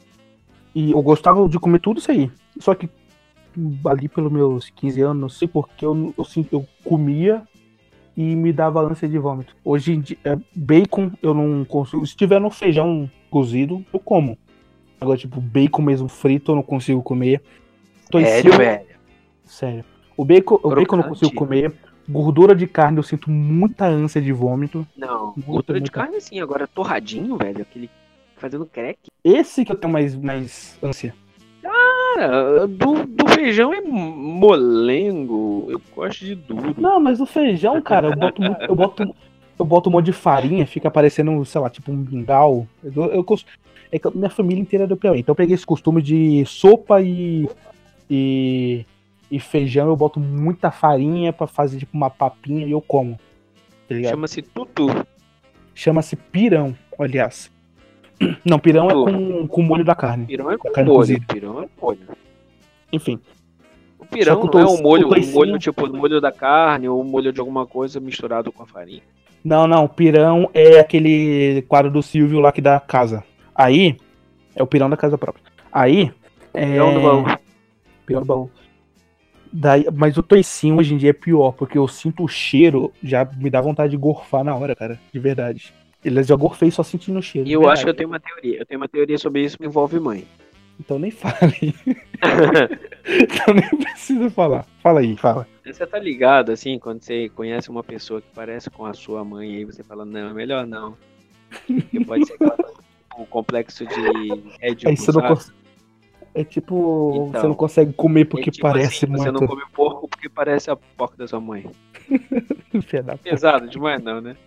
E eu gostava de comer tudo isso aí. Só que ali pelos meus quinze anos, não sei porque eu, eu, eu comia e me dava ânsia de vômito. Hoje em dia, bacon eu não consigo. Se tiver no feijão cozido, eu como. Agora, tipo, bacon mesmo frito eu não consigo comer. Sério, velho? Sério. O bacon, o bacon eu não Crocante. consigo comer. Gordura de carne eu sinto muita ânsia de vômito. Não, Muita, gordura de muita. carne sim, agora torradinho, velho, aquele fazendo crack. Esse que eu tenho mais, mais ânsia. Cara, do, do feijão é molengo, eu gosto de duro. Não, mas o feijão, cara, eu boto muito, eu boto, eu boto um monte de farinha, fica parecendo, sei lá, tipo um mingau. Eu, eu, eu, é que minha família inteira é do Piauí, então eu peguei esse costume de sopa e, e, e feijão, eu boto muita farinha pra fazer tipo uma papinha e eu como. Tá ligado? Chama-se tutu. Chama-se pirão, aliás. Não, pirão Tutu. é com, com molho da carne. Pirão é com carne molho, cozida. pirão é com molho. Enfim. O pirão Só que o não é toicinho- um molho, o um toicinho- molho tipo o molho da carne ou um molho de alguma coisa misturado com a farinha. Não, não, pirão é aquele quadro do Silvio lá que dá casa. Aí, é o pirão da casa própria. Aí, é... Pirão do baú. Pirão do baú. Daí, mas o toicinho hoje em dia é pior, porque eu sinto o cheiro, já me dá vontade de gorfar na hora, cara, de verdade. Ele já gorfei só sentindo o cheiro. E de eu verdade. acho que eu tenho uma teoria. Eu tenho uma teoria sobre isso que envolve mãe. Então nem fale. Então nem precisa falar. Fala aí, fala. Você tá ligado, assim, quando você conhece uma pessoa que parece com a sua mãe, aí você fala, não, é melhor não. Porque pode ser que ela tenha um complexo de Édipo, Aí você não sabe? consegue. É tipo, Então, você não consegue comer porque É tipo parece assim, você muito. não come porco porque parece a porca da sua mãe. Filha da puta. Pesado demais não, né?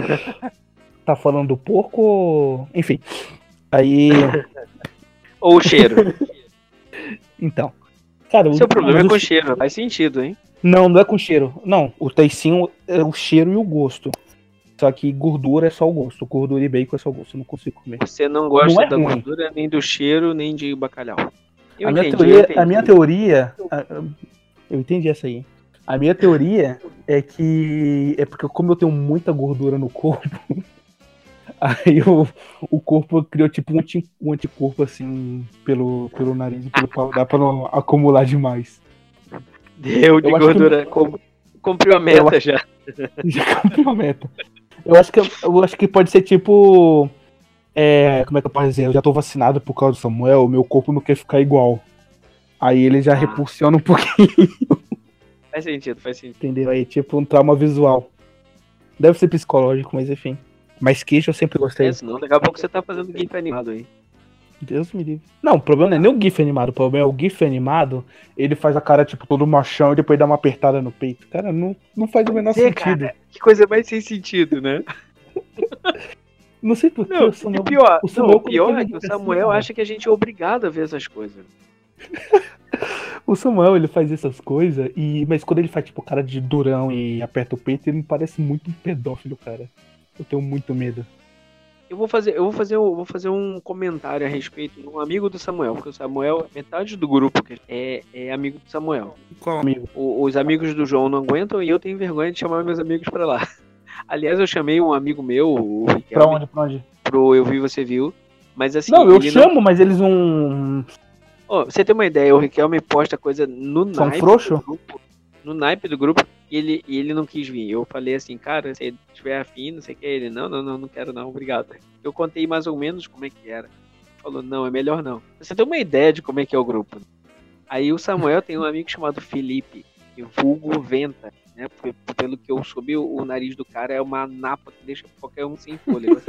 Tá falando do porco ou... Enfim. Aí. Ou o cheiro. Então. Cara, Seu problema mas é com o- o cheiro, faz sentido, hein? Não, não é com cheiro. Não, o toicinho é o cheiro e o gosto. Só que gordura é só o gosto. Gordura e bacon é só o gosto. Eu não consigo comer. Você não gosta Não é da ruim. gordura, nem do cheiro, nem de bacalhau. Eu a, minha entendi, teoria, eu entendi. a minha teoria. a- Eu entendi essa aí. A minha teoria é que. É porque, como eu tenho muita gordura no corpo. Aí o, o corpo criou tipo um, anti, um anticorpo assim pelo, pelo nariz e pelo paladar pra não acumular demais. Deu de Eu acho gordura. Com- Cumpriu a meta Eu- já. Já cumpriu a meta. Eu acho que, eu acho que pode ser tipo. É, como é que eu posso dizer? Eu já tô vacinado por causa do Samuel, meu corpo não quer ficar igual. Aí ele já Ah. repulsiona um pouquinho, Faz sentido, faz sentido. entendeu? Aí tipo um trauma visual. Deve ser psicológico, mas enfim. Mas queijo eu sempre gostei. É, senão daqui a pouco você tá fazendo gif animado aí. Deus me livre. Não, o problema não é nem o GIF animado. O problema é o GIF animado, ele faz a cara, tipo, todo machão e depois dá uma apertada no peito. Cara, não, não faz o menor Pois é, sentido. cara. Que coisa mais sem sentido, né? Não sei por que Não, o Samuel... e pior, o não, Samuel o pior quando é ele que o fica Samuel assim, acha que a gente é obrigado a ver essas coisas. O Samuel, ele faz essas coisas, e... mas quando ele faz, tipo, cara de durão e aperta o peito, ele me parece muito um pedófilo, cara. Eu tenho muito medo. Eu vou fazer, eu vou fazer, eu vou fazer um comentário a respeito de um amigo do Samuel, porque o Samuel, metade do grupo é, é amigo do Samuel. Qual amigo? O, os amigos do João não aguentam e eu tenho vergonha de chamar meus amigos pra lá. Aliás, eu chamei um amigo meu, o Riquelme, Pra onde, pra onde? Pro Eu Vi, Você Viu. Mas assim. Não, eu chamo, não... mas eles não. Oh, você tem uma ideia, o Riquelme posta coisa no São naipe frouxo? do grupo. No naipe do grupo. E ele, e ele não quis vir. Eu falei assim, cara, se ele estiver afim, não sei o que. Ele, não, não, não, não quero não, obrigado. Eu contei mais ou menos como é que era. Ele falou, não, é melhor não. Você tem uma ideia de como é que é o grupo. Aí o Samuel tem um amigo chamado Felipe, que vulgo Venta, né? Pelo que eu soube, o nariz do cara é uma napa que deixa qualquer um sem fôlego.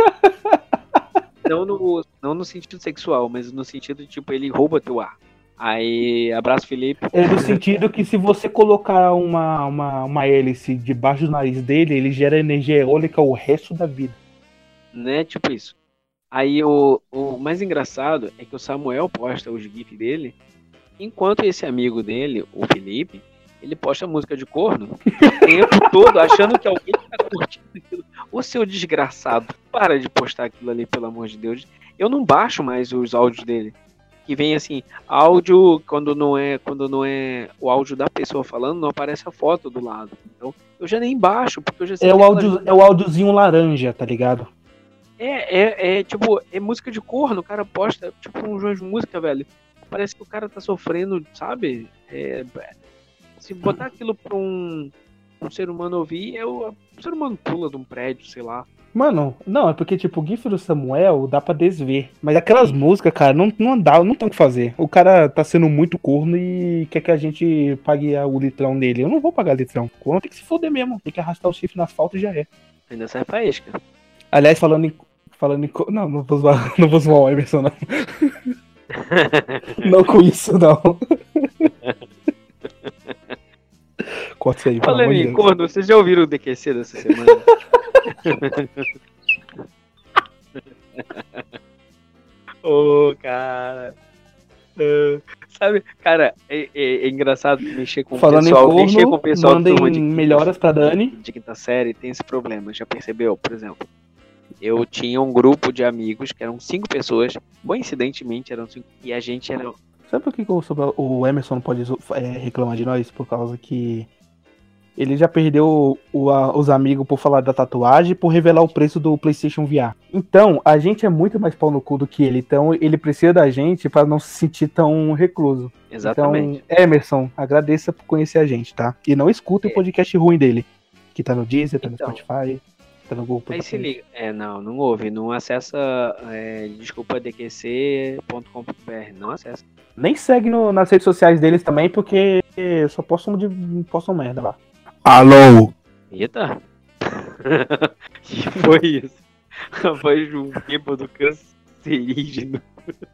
Não no, não no sentido sexual, mas no sentido de, tipo, ele rouba teu ar. Aí, abraço, Felipe. É no sentido que se você colocar uma, uma, uma hélice debaixo do nariz dele, ele gera energia eólica o resto da vida. Né, tipo isso. Aí, o, o mais engraçado é que o Samuel posta os gifs dele, enquanto esse amigo dele, o Felipe, ele posta música de corno o tempo todo, achando que alguém tá curtindo aquilo. Ô, seu desgraçado, para de postar aquilo ali, pelo amor de Deus. Eu não baixo mais os áudios dele. Que vem assim, áudio, quando não é quando não é o áudio da pessoa falando, não aparece a foto do lado. Então, eu já nem baixo, porque eu já sei é que o áudio, ela... é o áudiozinho laranja, tá ligado? É, é, é, tipo, é música de corno, o cara posta, tipo, um jogo de música, velho. Parece que o cara tá sofrendo, sabe? É, se botar aquilo pra um, um ser humano ouvir, é o, o ser humano pula de um prédio, sei lá. Mano, não, é porque, tipo, o GIF do Samuel dá pra desver. Mas aquelas músicas, cara, não, não dá, não tem o que fazer. O cara tá sendo muito corno e quer que a gente pague o litrão dele. Eu não vou pagar litrão. Corno tem que se foder mesmo. Tem que arrastar o chifre na asfalto e já é. Ainda sai faísca. Aliás, falando em... Falando em... Não, não vou zoar, não vou zoar o Emerson, não. Não com isso, não. Corta isso aí, falando em corno, vocês já ouviram o D Q C dessa semana? Ô, oh, cara. Uh, sabe, cara, é, é, é engraçado mexer com Falando o pessoal. Em corno, mexer com o pessoal mandem de quinta, melhoras pra Dani. De quinta série tem esse problema, já percebeu? Por exemplo, eu tinha um grupo de amigos que eram cinco pessoas, coincidentemente eram cinco, e a gente era. Sabe por que o Emerson não pode é, reclamar de nós? Por causa que ele já perdeu o, a, os amigos por falar da tatuagem e por revelar o preço do PlayStation V R. Então, a gente é muito mais pau no cu do que ele. Então, ele precisa da gente pra não se sentir tão recluso. Exatamente. Então, Emerson, agradeça por conhecer a gente, tá? E não escuta é. o podcast ruim dele. Que tá no Deezer, tá então, no Spotify, tá no Google Podcast. Aí se liga. É, não, não ouve. Não acessa é, desculpa d q c ponto com ponto b r. Não acessa. Nem segue no, nas redes sociais deles também, porque eu só posto, de, posto merda lá. Alô? Eita! Que foi isso? A voz de um bêbado cancerígeno.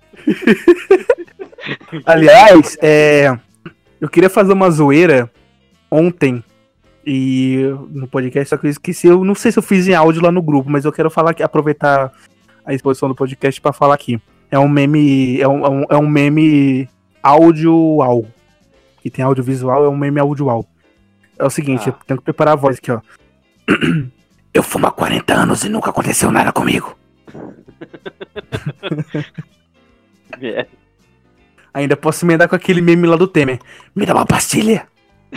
Aliás, é, eu queria fazer uma zoeira ontem e no podcast, só que eu esqueci. Eu não sei se eu fiz em áudio lá no grupo, mas eu quero falar aqui, aproveitar a exposição do podcast pra falar aqui. É um meme. É um, é um, é um meme audiovisual. Que tem audiovisual, é um meme audiovisual. É o seguinte, ah. eu tenho que preparar a voz aqui, ó. Eu fumo há quarenta anos e nunca aconteceu nada comigo. É. Ainda posso emendar com aquele meme lá do Temer. Me dá uma pastilha.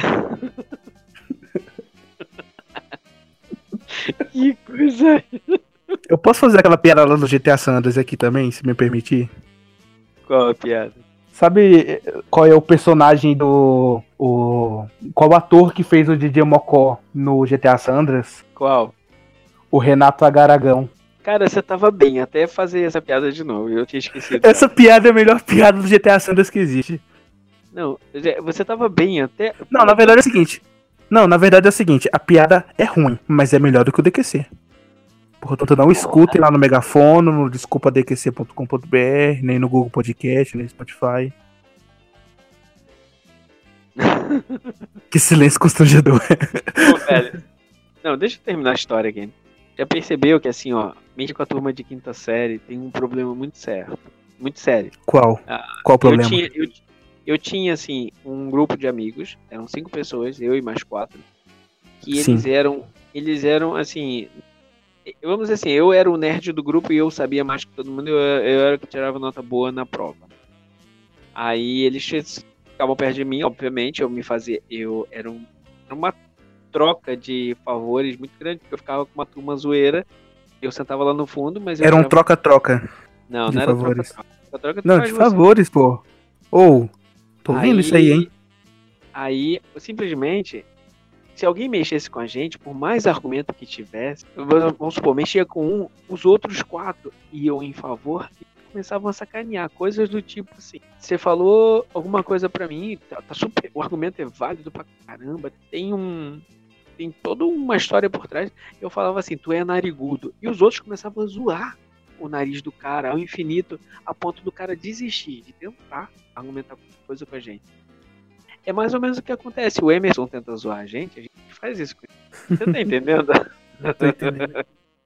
Que coisa. Eu posso fazer aquela piada lá do G T A San Andreas aqui também, se me permitir? Qual a piada? Sabe qual é o personagem do... O, qual ator que fez o D J Mocó no G T A San Andreas? Qual? O Renato Agaragão. Cara, você tava bem até fazer essa piada de novo, eu tinha esquecido. Essa cara. piada é a melhor piada do G T A San Andreas que existe. Não, você tava bem até... Não, na verdade é o seguinte. Não, na verdade é o seguinte, a piada é ruim, mas é melhor do que o D Q C. Portanto, não escutem lá no Megafono, no desculpa d q c ponto com ponto b r, nem no Google Podcast, nem no Spotify. Que silêncio constrangedor. Pô, velho. Não, deixa eu terminar a história aqui. Já percebeu que assim, ó, mesmo com a turma de quinta série, tem um problema muito sério. Muito sério. Qual? Ah, Qual o problema? Eu tinha, eu, eu tinha, assim, um grupo de amigos, eram cinco pessoas, eu e mais quatro, que eles Sim. eram, eles eram, assim... vamos dizer assim, eu era o nerd do grupo e eu sabia mais que todo mundo, eu, eu era o que tirava nota boa na prova. Aí eles ficavam perto de mim, obviamente, eu me fazia, eu era, um, era uma troca de favores muito grande, porque eu ficava com uma turma zoeira, eu sentava lá no fundo, mas... Era um troca-troca. Não, de não era favores. troca-troca. troca Não, de favores, você. Pô. Ou, oh, tô vendo aí, isso aí, hein? Aí, simplesmente, se alguém mexesse com a gente, por mais argumento que tivesse, vamos supor, mexia com um, os outros quatro iam em favor e começavam a sacanear, coisas do tipo assim, você falou alguma coisa pra mim, tá, tá super, o argumento é válido pra caramba, tem um, tem toda uma história por trás, eu falava assim, tu é narigudo, e os outros começavam a zoar o nariz do cara ao infinito, a ponto do cara desistir de tentar argumentar coisa com a gente. É mais ou menos o que acontece. O Emerson tenta zoar a gente, a gente faz isso com ele. Você tá entendendo? Tô entendendo.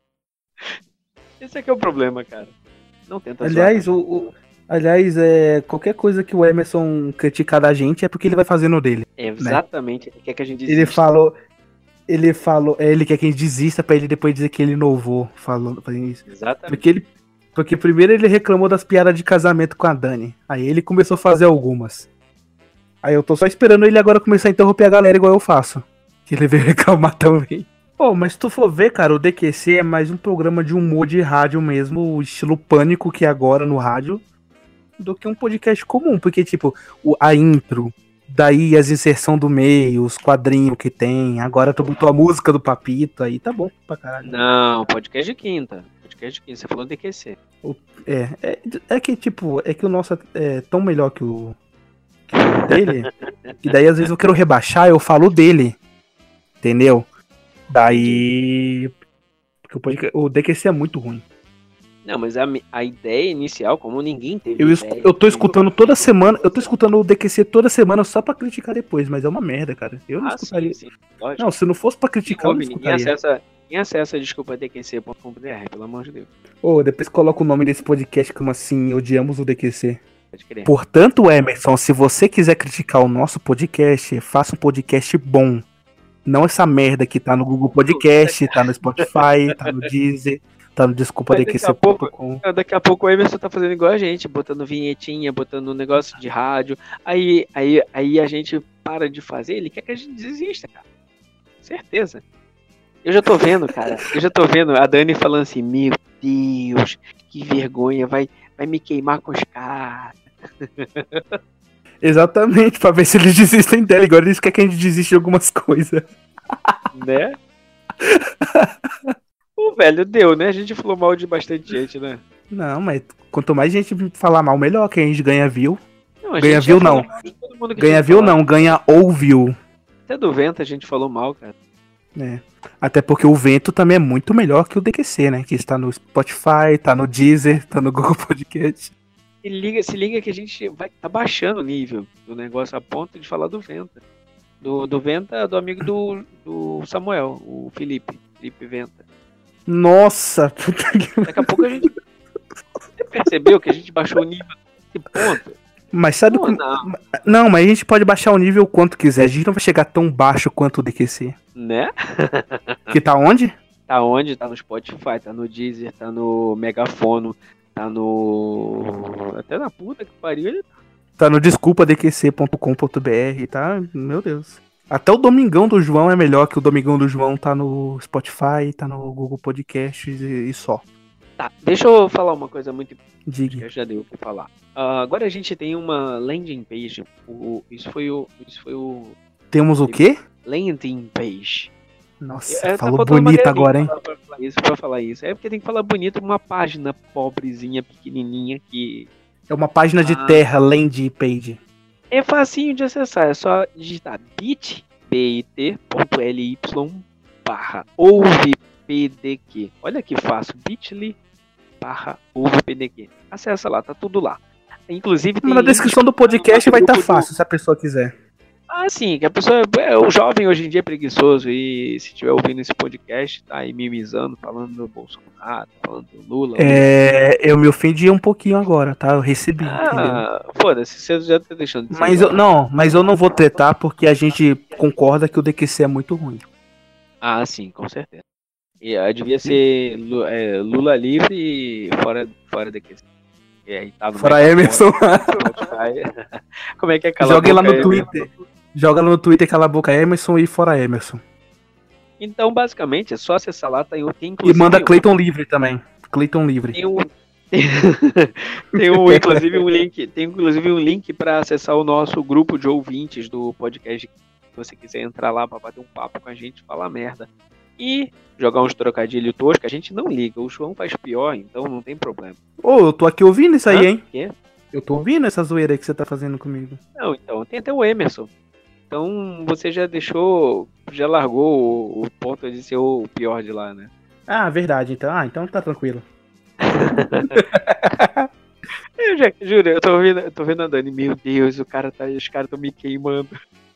Esse aqui é o problema, cara. Não tenta aliás, zoar. O, o, aliás, é, qualquer coisa que o Emerson criticar da gente é porque ele vai fazer no dele. É, exatamente. Né? Ele quer que a gente desista. Ele falou... Ele falou, ele quer que a gente desista pra ele depois dizer que ele inovou falando, fazendo isso. Exatamente. Porque, ele, porque primeiro ele reclamou das piadas de casamento com a Dani. Aí ele começou a fazer algumas. Aí eu tô só esperando ele agora começar a interromper a galera igual eu faço. Que ele veio reclamar também. Pô, mas se tu for ver, cara, o D Q C é mais um programa de humor de rádio mesmo, estilo Pânico que é agora no rádio, do que um podcast comum. Porque, tipo, o, a intro... Daí as inserção do meio, os quadrinhos que tem. Agora tu botou a música do Papito, aí tá bom pra caralho. Não, podcast de quinta. Podcast de quinta, você falou D Q C. É, é, é que tipo, é que o nosso é tão melhor que o, que o dele. E daí às vezes eu quero rebaixar, eu falo dele. Entendeu? Daí. Porque o, podcast, o D Q C é muito ruim. Não, mas a, a ideia inicial, como ninguém teve eu, ideia, eu tô escutando toda semana, eu tô escutando o D Q C toda semana só pra criticar depois, mas é uma merda, cara. Eu não ah, escutaria. Sim, sim, não, se não fosse pra criticar, eu não escutaria. Quem acessa, quem acessa desculpa D Q C ponto com ponto B R, pelo amor de Deus. Ô, oh, depois coloca o nome desse podcast como assim, odiamos o D Q C. Portanto, Emerson, se você quiser criticar o nosso podcast, faça um podcast bom. Não essa merda que tá no Google Podcast, tá no Spotify, tá no Deezer. Tá no desculpa D Q C ponto com. Daqui a pouco o Emerson tá fazendo igual a gente, botando vinhetinha, botando um negócio de rádio. Aí, aí, aí a gente para de fazer, ele quer que a gente desista, cara. Certeza. Eu já tô vendo, cara. Eu já tô vendo a Dani falando assim, meu Deus, que vergonha, vai, vai me queimar com os caras. Exatamente, pra ver se eles desistem dela. Agora eles querem que a gente desista de algumas coisas. Né? Pô, velho, deu, né? A gente falou mal de bastante gente, né? Não, mas quanto mais gente falar mal, melhor, que a gente ganha view. Não, ganha view não. Ganha view não, ganha ou view. Até do Vento a gente falou mal, cara. É. Até porque o Vento também é muito melhor que o D Q C, né? Que está no Spotify, tá no Deezer, tá no Google Podcast. Se liga, se liga que a gente vai tá baixando o nível do negócio a ponto de falar do Venta. Do, do Venta, do amigo do, do Samuel, o Felipe. Felipe Venta. Nossa, puta que... Daqui a pouco a gente... Você percebeu que a gente baixou o nível desse ponto? Mas sabe como... Não. não, mas a gente pode baixar o nível quanto quiser. A gente não vai chegar tão baixo quanto o D Q C. Né? Que tá onde? Tá onde? Tá no Spotify, tá no Deezer, tá no Megafono, tá no... Até na puta que pariu ele tá. Tá no desculpa D Q C ponto com ponto B R, tá? Meu Deus. Até o Domingão do João é melhor que o Domingão do João tá no Spotify, tá no Google Podcasts e, e só. Tá, deixa eu falar uma coisa muito importante. Diga. Já deu pra falar. Uh, agora a gente tem uma landing page. O, isso foi o... Isso foi o... Temos o quê? Landing page. Nossa, é, falou tá bonito agora, hein? Pra falar isso, pra falar isso. É porque tem que falar bonito uma página pobrezinha, pequenininha que... É uma página ah. de terra, landing page. É facinho de acessar, é só digitar bit.ly barra ouvepdq. Olha que fácil, bit.ly barra ouvepdq. Acessa lá, tá tudo lá. Inclusive tem na descrição do podcast vai estar tá fácil, do... se a pessoa quiser. Ah, sim, que a pessoa, é, o jovem hoje em dia é preguiçoso e se estiver ouvindo esse podcast, tá aí mimizando, falando do Bolsonaro, falando do Lula. É, eu me ofendi um pouquinho agora, tá? Eu recebi. Ah, foda-se, você já tá deixando de ser. Mas eu, não, mas eu não vou tretar porque a gente concorda que o D Q C é muito ruim. Ah, sim, com certeza. E, uh, devia ser Lu- é, Lula livre e fora, fora daqui. E aí tá no Fora Mega Emerson. Spotify. Como é que é aquela Joga lá boca no aí, Twitter. Joga lá no Twitter aquela boca Emerson e fora Emerson. Então, basicamente, é só acessar lá, tem, tem E inclusive... manda Clayton livre também. Clayton livre. Tem um, tem um, inclusive um link, tem inclusive um link para acessar o nosso grupo de ouvintes do podcast. Se você quiser entrar lá para bater um papo com a gente, falar merda e jogar uns trocadilhos toscos, a gente não liga. O João faz pior, então não tem problema. Ô, eu tô aqui ouvindo isso aí, Hã? hein? Quê? Eu tô ouvindo essa zoeira aí que você tá fazendo comigo. Não, então tem até o Emerson. Então você já deixou, já largou o, o ponto de ser o pior de lá, né? Ah, verdade, então. Ah, então tá tranquilo. Eu já, juro, eu tô vendo, eu tô vendo a Dani, meu Deus, o cara tá, os caras tão me queimando.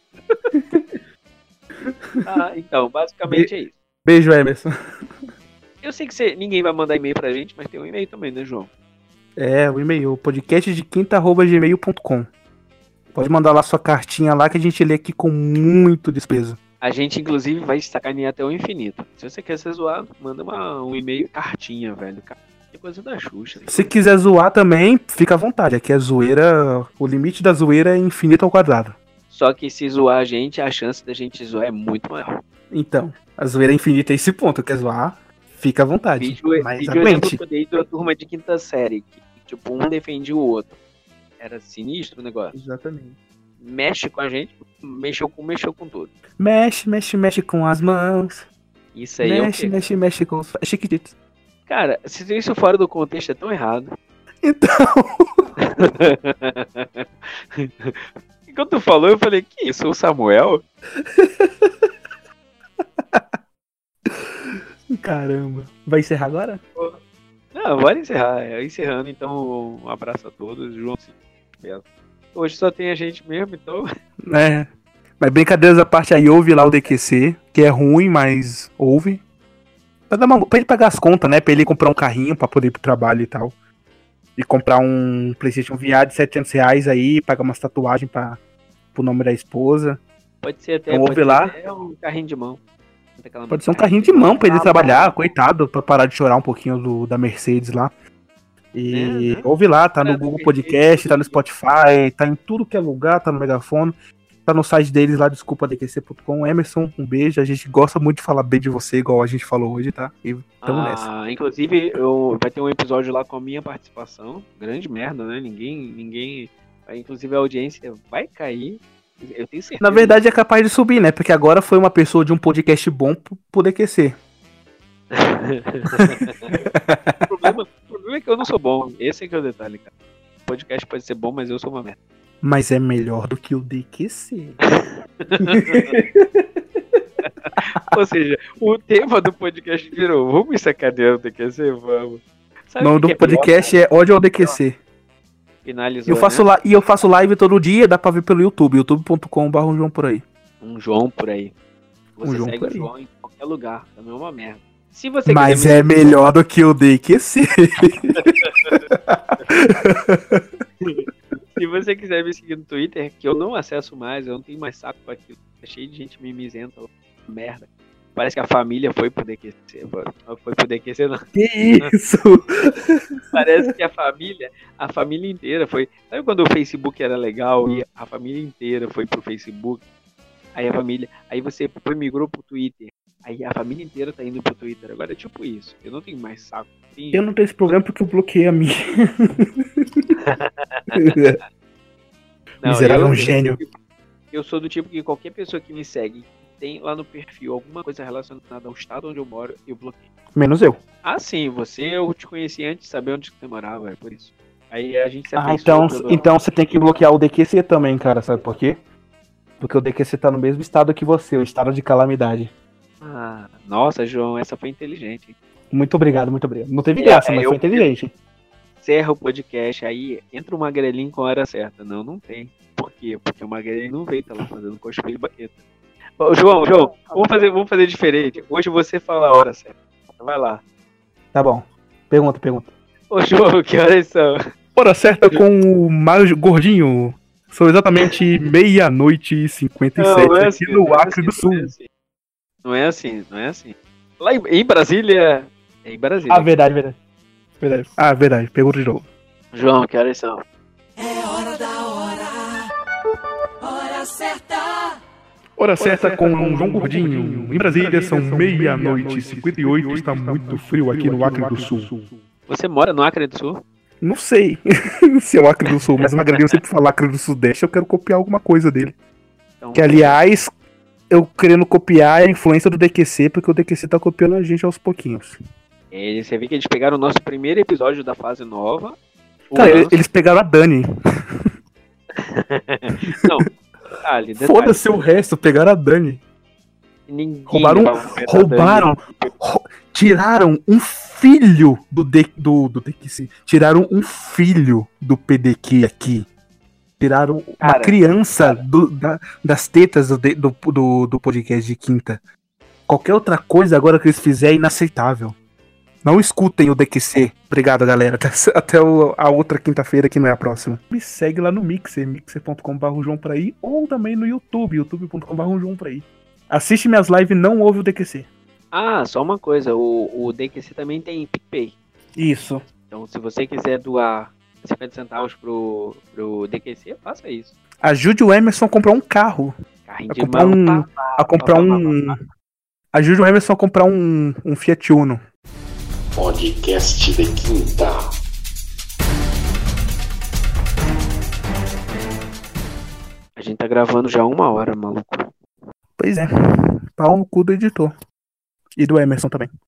Ah, então, basicamente é isso. Beijo, Emerson. Eu sei que você, ninguém vai mandar e-mail pra gente, mas tem um e-mail também, né, João? É, o e-mail, podcast de quinta arroba gmail ponto com. Pode mandar lá sua cartinha lá que a gente lê aqui com muito desprezo. A gente, inclusive, vai sacanear até o infinito. Se você quer ser zoado, manda uma, um e-mail, cartinha, velho. É coisa da Xuxa. Se quiser zoar também, fica à vontade. Aqui é zoeira, o limite da zoeira é infinito ao quadrado. Só que se zoar a gente, a chance da gente zoar é muito maior. Então, a zoeira é infinita é esse ponto. Quer zoar, fica à vontade. Vídeo, mas vídeo aguente. exemplo que eu dei da turma de quinta série. Que, tipo, um defendia o outro. Era sinistro o negócio. Exatamente. Mexe com a gente, mexeu com, mexeu com tudo. Mexe, mexe, mexe com as mãos. Isso aí mexe, é o quê? mexe, mexe com os chiquititos. Cara, se isso fora do contexto é tão errado. Então, Enquanto tu falou, eu falei, que isso, o Samuel? caramba. Vai encerrar agora? Não, bora encerrar. É, encerrando, então, um abraço a todos. João, sim, espero. Hoje só tem a gente mesmo, então. É. Mas brincadeiras à parte aí, ouve lá o D Q C, que é ruim, mas ouve. Pra, dar uma, pra ele pagar as contas, né? Pra ele comprar um carrinho pra poder ir pro trabalho e tal. E comprar um PlayStation V R de setecentos reais aí, pagar umas tatuagens pra, pro nome da esposa. Pode ser até, Então, pode ouve ser lá. até um carrinho de mão. Aquela Pode ser um carrinho de mão pra ele trabalhar, coitado, pra parar de chorar um pouquinho do, da Mercedes lá. E É, né? ouve lá, tá no É, Google do Podcast, tá no Spotify, tá em tudo que é lugar, tá no Megafone, tá no site deles lá, desculpa, d q c ponto com. Emerson, um beijo, a gente gosta muito de falar bem de você, igual a gente falou hoje, tá? E tamo ah, nessa. Inclusive, eu, vai ter um episódio lá com a minha participação. Grande merda, né? Ninguém, ninguém. Inclusive a audiência vai cair. Eu tenho certeza. Na verdade é capaz de subir, né? Porque agora foi uma pessoa de um podcast bom pro, pro D Q C. o, problema, o problema é que eu não sou bom. Esse é que é o detalhe, cara. O podcast pode ser bom, mas eu sou uma merda. Mas é melhor do que o D Q C. Ou seja, o tema do podcast virou: vamos sacanear o D Q C? Vamos. O nome do podcast é Ódio ao D Q C. Finalizou, Eu faço né? la- E eu faço live todo dia, dá pra ver pelo YouTube, youtube ponto com barra João por aí. Um João por aí. Você Um João segue por o aí. João em qualquer lugar. Também é uma merda. Se você Mas quiser é me- melhor do que o D Q C. Se você quiser me seguir no Twitter, que eu não acesso mais, eu não tenho mais saco pra aquilo. Tá cheio de gente mimizenta lá. Merda. Parece que a família foi pro D Q C. Não foi pro D Q C, não. Que isso? Parece que a família, a família inteira foi. Sabe quando o Facebook era legal e a família inteira foi pro Facebook? Aí a família. Aí você foi, migrou pro Twitter. Aí a família inteira tá indo pro Twitter. Agora é tipo isso. Eu não tenho mais saco. Tenho... Eu não tenho esse problema porque eu bloqueei a minha. Não, Miserável, eu- um gênio. Eu sou do tipo que qualquer pessoa que me segue tem lá no perfil alguma coisa relacionada ao estado onde eu moro, eu bloqueio. Menos eu. Ah, sim, você eu te conheci antes de saber onde você morava, é por isso. Aí a gente se Ah, afeiçoou então, pelo- então você tem que bloquear o D Q C também, cara, sabe por quê? Porque o D Q C tá no mesmo estado que você, o estado de calamidade. Ah, nossa, João, essa foi inteligente. Muito obrigado, muito obrigado. Não teve É, graça, é, mas eu- foi inteligente. Encerra o podcast, aí entra o Magrelinho com a hora certa. Não, não tem. Por quê? Porque o Magrelinho não veio, tá lá fazendo cosplay de baqueta. Ô, João, João, vamos fazer, vamos fazer diferente. Hoje você fala a hora certa. Vai lá. Tá bom. Pergunta, pergunta. Ô, João, que horas são? Hora certa com o mais gordinho. São exatamente meia-noite e cinquenta e sete Não, não é aqui assim, no não é Acre assim, do Sul. Não é assim, não é assim. Não é assim. Lá em, em Brasília. É em Brasília. Ah, verdade, verdade. verdade. Ah, verdade. Pegou de novo. João, que horas são? É hora da hora. Hora certa. Hora certa com um João Gordinho. Em Brasília são meia-noite e cinquenta e oito. Está muito frio aqui no Acre do Sul. Você mora no Acre do Sul? Não sei se é o Acre do Sul, mas o Magrinho sempre fala Acre do Sudeste. Eu quero copiar alguma coisa dele. Então, Que, aliás, eu querendo copiar a influência do D Q C, porque o D Q C tá copiando a gente aos pouquinhos. é, você vê que eles pegaram o nosso primeiro episódio da fase nova. o Cara, lance- eles pegaram a Dani. Não, detalhe, detalhe. Foda-se o resto, pegaram a Dani. Ninguém Roubaram, vai afetar roubaram, Dani. rou- tiraram um filho do, D, do, do D Q C. Tiraram um filho do P D Q aqui. Tiraram uma Cara, criança do- da- das tetas do, D- do, do, do podcast de quinta. Qualquer outra coisa agora que eles fizerem é inaceitável. Não escutem o D Q C. Obrigado, galera. Até, até o- a outra quinta-feira, que não é a próxima. Me segue lá no Mixer, mixer ponto com ponto b r joão pra ir, ou também no YouTube, youtube ponto com ponto b r joão pra ir. Assiste minhas lives e não ouve o D Q C. Ah, só uma coisa, o, o D Q C também tem PicPay. Isso. Então, se você quiser doar cinquenta centavos pro, pro D Q C, faça isso. Ajude o Emerson a comprar um carro. Carrinho A de comprar mão, um. pá, A comprar um. Ajude o Emerson a comprar um, um Fiat Uno. Podcast de quinta. A gente tá gravando já uma hora, maluco. Pois é. Pau no cu do editor. E do Emerson também.